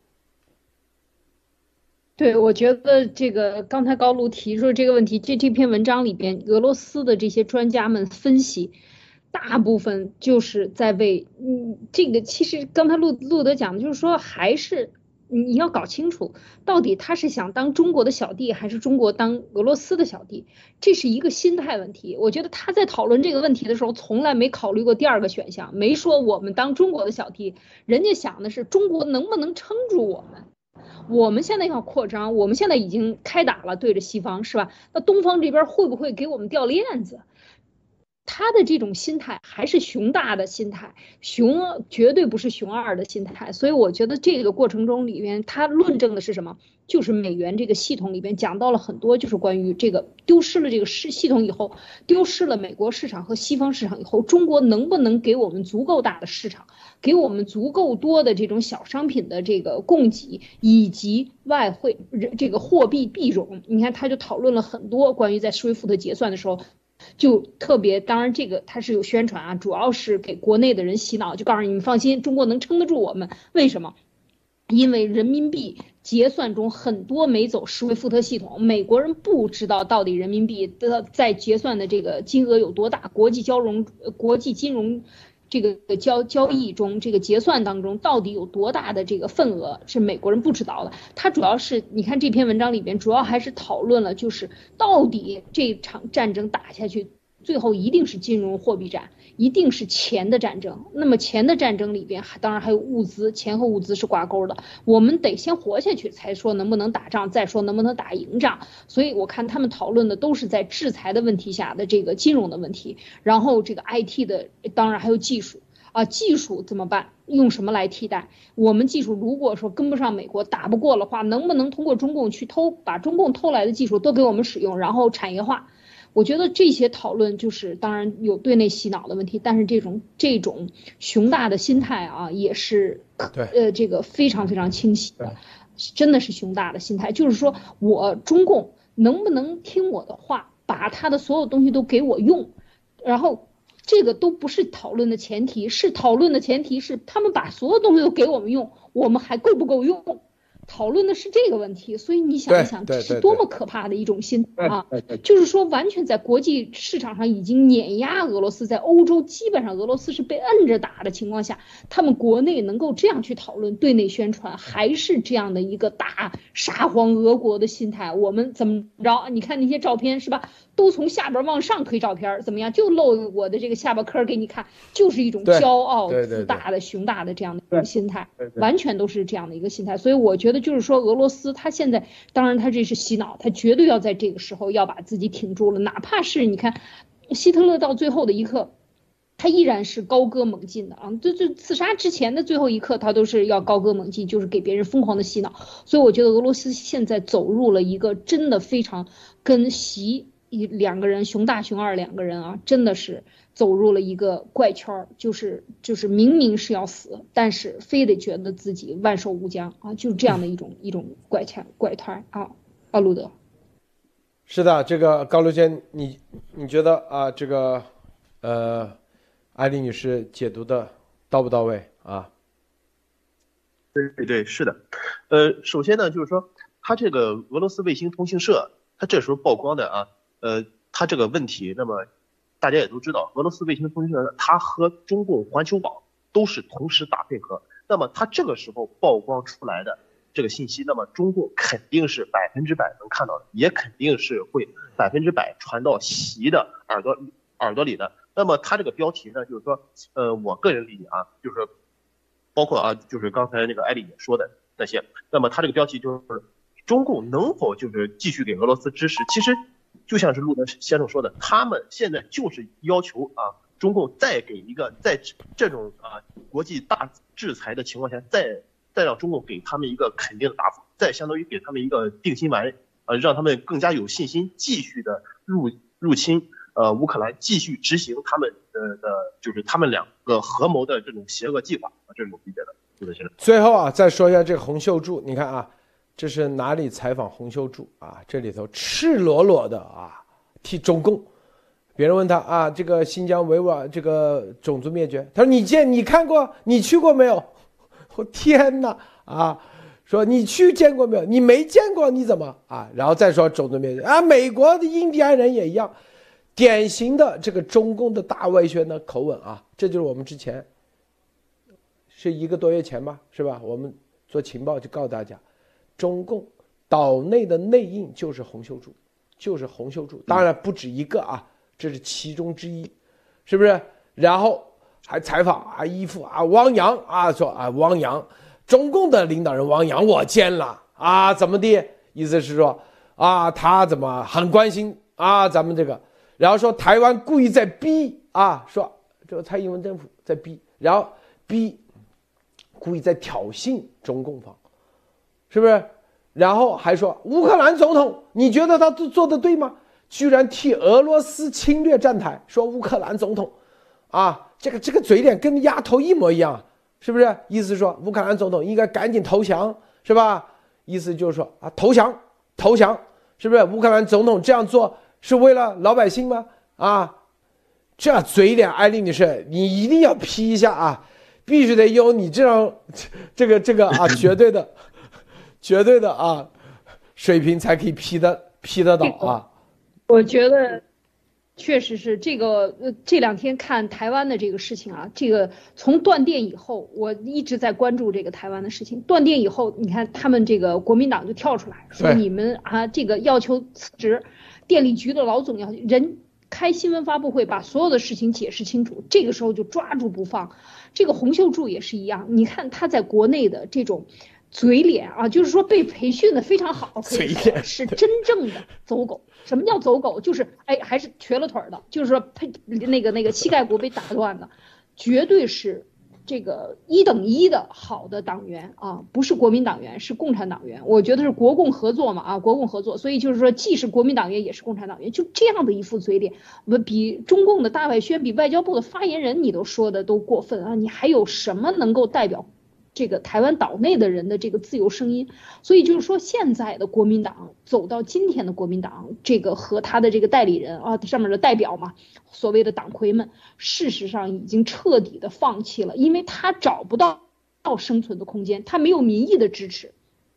对，我觉得这个刚才高露提出这个问题，这篇文章里边，俄罗斯的这些专家们分析，大部分就是在为这个。其实刚才路德讲的就是说，还是你要搞清楚，到底他是想当中国的小弟，还是中国当俄罗斯的小弟，这是一个心态问题。我觉得他在讨论这个问题的时候，从来没考虑过第二个选项，没说我们当中国的小弟，人家想的是中国能不能撑住我们。我们现在要扩张，我们现在已经开打了，对着西方是吧？那东方这边会不会给我们掉链子？他的这种心态还是熊大的心态，熊绝对不是熊二的心态。所以我觉得这个过程中里面，他论证的是什么？就是美元这个系统里边讲到了很多，就是关于这个丢失了这个系统以后，丢失了美国市场和西方市场以后，中国能不能给我们足够大的市场，给我们足够多的这种小商品的这个供给，以及外汇这个货币币种。你看，他就讨论了很多关于在SWIFT结算的时候。就特别，当然这个它是有宣传啊，主要是给国内的人洗脑，就告诉你们放心，中国能撑得住我们。为什么？因为人民币结算中很多没走SWIFT系统，美国人不知道到底人民币的在结算的这个金额有多大，国际金融。这个交易中，这个结算当中到底有多大的这个份额是美国人不知道的。它主要是你看这篇文章里边，主要还是讨论了，就是到底这场战争打下去，最后一定是金融货币战，一定是钱的战争。那么钱的战争里边，当然还有物资，钱和物资是挂钩的。我们得先活下去，才说能不能打仗，再说能不能打赢仗。所以我看他们讨论的都是在制裁的问题下的这个金融的问题，然后这个 IT 的，当然还有技术啊，技术怎么办？用什么来替代？我们技术如果说跟不上美国，打不过的话，能不能通过中共去把中共偷来的技术都给我们使用，然后产业化？我觉得这些讨论就是当然有对内洗脑的问题，但是这种熊大的心态啊，也是这个非常非常清晰的，真的是熊大的心态，就是说我中共能不能听我的话，把他的所有东西都给我用，然后这个都不是讨论的前提，是讨论的前提是他们把所有东西都给我们用，我们还够不够用？讨论的是这个问题，所以你想一想，这是多么可怕的一种心态啊！就是说，完全在国际市场上已经碾压俄罗斯，在欧洲基本上俄罗斯是被摁着打的情况下，他们国内能够这样去讨论对内宣传，还是这样的一个大沙皇俄国的心态。我们怎么着？你看那些照片是吧？ 都从下边往上推照片，怎么样？就露我的这个下巴颏给你看，就是一种骄傲、自大的、熊大的这样的一种心态，完全都是这样的一个心态。所以我觉得就是说，俄罗斯他现在，当然他这是洗脑，他绝对要在这个时候要把自己挺住了，哪怕是你看，希特勒到最后的一刻。他依然是高歌猛进的啊！这自杀之前的最后一刻，他都是要高歌猛进，就是给别人疯狂的洗脑。所以我觉得俄罗斯现在走入了一个真的非常跟习两个人熊大熊二两个人啊，真的是走入了一个怪圈，就是明明是要死，但是非得觉得自己万寿无疆啊，就是这样的一种怪胎啊！阿路德，
是的，这个高卢坚，你觉得啊，这个艾丽女士解读的到不到位啊？
对，是的。首先呢，就是说，他这个俄罗斯卫星通讯社，他这时候曝光的啊，他这个问题，那么大家也都知道，俄罗斯卫星通讯社，它和中共环球网都是同时打配合。那么他这个时候曝光出来的这个信息，那么中共肯定是100%能看到的，也肯定是会100%传到习的耳朵里的。那么他这个标题呢，就是说，我个人理解啊，就是包括啊，就是刚才那个艾丽也说的那些。那么他这个标题就是中共能否就是继续给俄罗斯支持？其实就像是路德先生说的，他们现在就是要求啊，中共再给一个在这种啊国际大制裁的情况下，再让中共给他们一个肯定的答复，再相当于给他们一个定心丸，让他们更加有信心继续的入侵。乌克兰继续执行他们就是他们两个合谋的这种邪恶计划，这是我理解的。
最后啊，再说一下这个洪秀柱，你看啊，这是哪里采访洪秀柱啊？这里头赤裸裸的啊替中共。别人问他啊，这个新疆维吾尔这个种族灭绝，他说你看过，你去过没有？我天哪啊！说你去见过没有？你没见过你怎么啊？然后再说种族灭绝啊，美国的印第安人也一样。典型的这个中共的大外宣的口吻啊，这就是我们之前是1个多月前吧，是吧？我们做情报就告诉大家，中共岛内的内应就是洪秀柱，当然不止一个啊，这是其中之一，是不是？然后还采访啊，依附啊，汪洋啊，说啊，汪洋，中共的领导人汪洋我见了啊，怎么的？意思是说啊，他怎么很关心啊，咱们这个。然后说台湾故意在逼啊，说这个蔡英文政府在逼，然后逼故意在挑衅中共方，是不是？然后还说乌克兰总统，你觉得他做得对吗？居然替俄罗斯侵略站台，说乌克兰总统啊，这个嘴脸跟丫头一模一样，是不是？意思说乌克兰总统应该赶紧投降，是吧？意思就是说啊，投降，是不是？乌克兰总统这样做是为了老百姓吗？啊，这嘴脸，艾丽女士，你一定要批一下啊！必须得有你这样，这个啊，绝对的啊，水平才可以批得到啊！
我觉得确实是这个，这2天看台湾的这个事情啊，这个从断电以后，我一直在关注这个台湾的事情。断电以后，你看他们这个国民党就跳出来说，你们啊，这个要求辞职，电力局的老总要人开新闻发布会，把所有的事情解释清楚。这个时候就抓住不放。这个洪秀柱也是一样，你看他在国内的这种嘴脸啊，就是说被培训的非常好，可以说是真正的走狗。什么叫走狗？就是还是瘸了腿的，就是说那个膝盖骨被打断的，绝对是这个1等1的好的党员啊，不是国民党员，是共产党员。我觉得是国共合作嘛啊，国共合作，所以就是说既是国民党员也是共产党员，就这样的一副嘴脸，比中共的大外宣，比外交部的发言人你都说的都过分啊！你还有什么能够代表这个台湾岛内的人的这个自由声音？所以就是说，现在的国民党走到今天的国民党，这个和他的这个代理人啊，上面的代表嘛，所谓的党魁们，事实上已经彻底的放弃了，因为他找不到生存的空间，他没有民意的支持。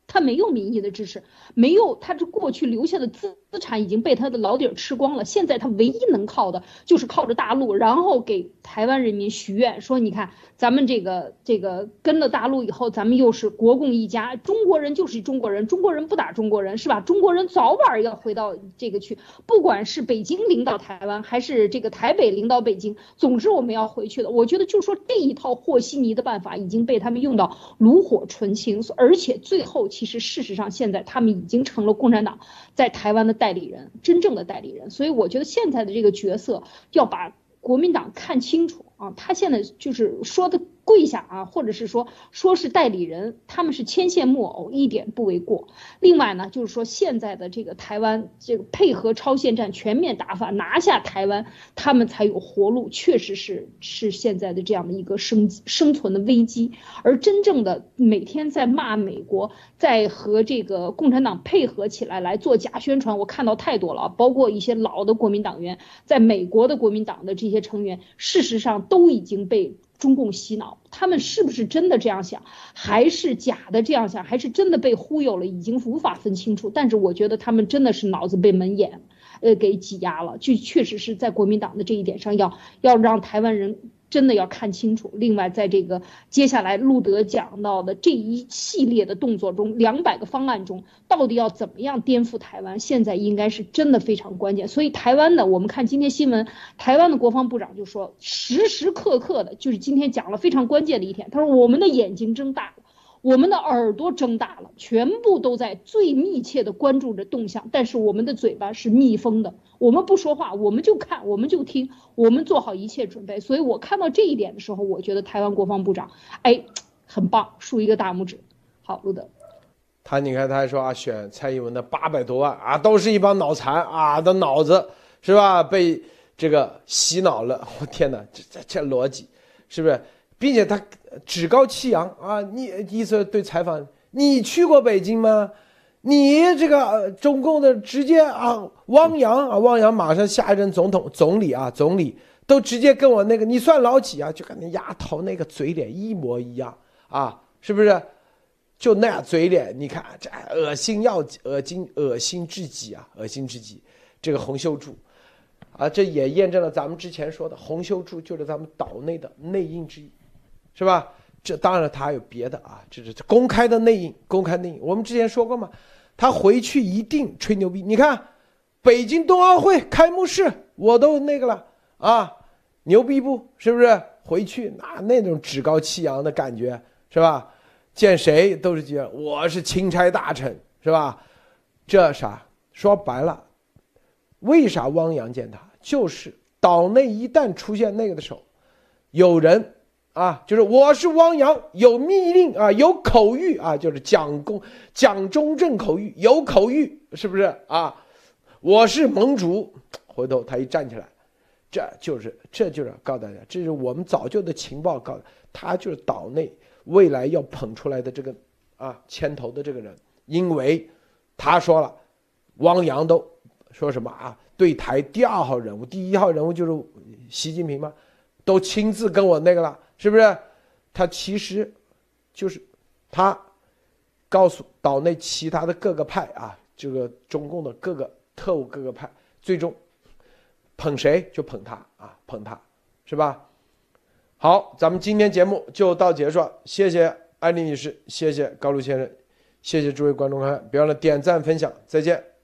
他没有民意的支持，没有他这过去留下的资产已经被他的老底儿吃光了。现在他唯一能靠的就是靠着大陆，然后给台湾人民许愿说，你看咱们这个跟了大陆以后，咱们又是国共一家，中国人就是中国人，中国人不打中国人，是吧？中国人早晚要回到这个去，不管是北京领导台湾，还是这个台北领导北京，总之我们要回去的。我觉得就说这一套和稀泥的办法已经被他们用到炉火纯青，而且最后其实事实上现在他们已经成了共产党在台湾的代理人，真正的代理人。所以我觉得现在的这个角色要把国民党看清楚啊，他现在就是说的跪下啊，或者是说是代理人，他们是牵线木偶，一点不为过。另外呢，就是说现在的这个台湾这个配合超限战全面打法拿下台湾，他们才有活路，确实是现在的这样的一个生存的危机。而真正的每天在骂美国，在和这个共产党配合起来做假宣传，我看到太多了，包括一些老的国民党员，在美国的国民党的这些成员，事实上都已经被中共洗脑，他们是不是真的这样想，还是假的这样想，还是真的被忽悠了，已经无法分清楚。但是我觉得他们真的是脑子被门眼给挤压了，就确实是在国民党的这一点上要让台湾人真的要看清楚。另外在这个接下来路德讲到的这一系列的动作中，200个方案中到底要怎么样颠覆台湾，现在应该是真的非常关键。所以台湾的，我们看今天新闻，台湾的国防部长就说时时刻刻的，就是今天讲了非常关键的一点，他说我们的眼睛睁大了，我们的耳朵睁大了，全部都在最密切的关注着动向，但是我们的嘴巴是密封的，我们不说话，我们就看，我们就听，我们做好一切准备。所以我看到这一点的时候，我觉得台湾国防部长很棒，竖一个大拇指。好，路德，
你看他还说啊，选蔡英文的800多万啊，都是一帮脑残啊，的脑子是吧？被这个洗脑了。我天哪，这逻辑是不是？并且他趾高气扬啊！你意思对采访，你去过北京吗？你这个中共的直接啊，汪洋马上下一任总理都直接跟我那个你算老几啊？就跟那丫头那个嘴脸一模一样啊，是不是？就那样嘴脸，你看这恶心至极啊，恶心至极。这个洪秀柱啊，这也验证了咱们之前说的，洪秀柱就是咱们岛内的内应之一。是吧？这当然他还有别的啊，这是公开的内应，我们之前说过嘛，他回去一定吹牛逼。你看，北京冬奥会开幕式我都那个了啊，牛逼不？是不是？回去那种趾高气扬的感觉，是吧？见谁都是觉得我是钦差大臣，是吧？这啥？说白了，为啥汪洋见他？就是岛内一旦出现那个的时候，有人。啊，就是我是汪洋，有密令啊，有口谕啊，就是蒋中正口谕，有口谕，是不是啊？我是盟主，回头他一站起来，这就是告诉大家，这是我们早就的情报告诉他，就是岛内未来要捧出来的这个啊牵头的这个人，因为他说了，汪洋都说什么啊？对台第2号人物，第1号人物就是习近平嘛，都亲自跟我那个了。是不是？他其实就是他告诉岛内其他的各个派啊，这个中共的各个特务各个派，最终捧谁就捧他啊，捧他，是吧？好，咱们今天节目就到结束了，谢谢安利女士，谢谢高露先生，谢谢诸位观众看，别忘了点赞分享，再见。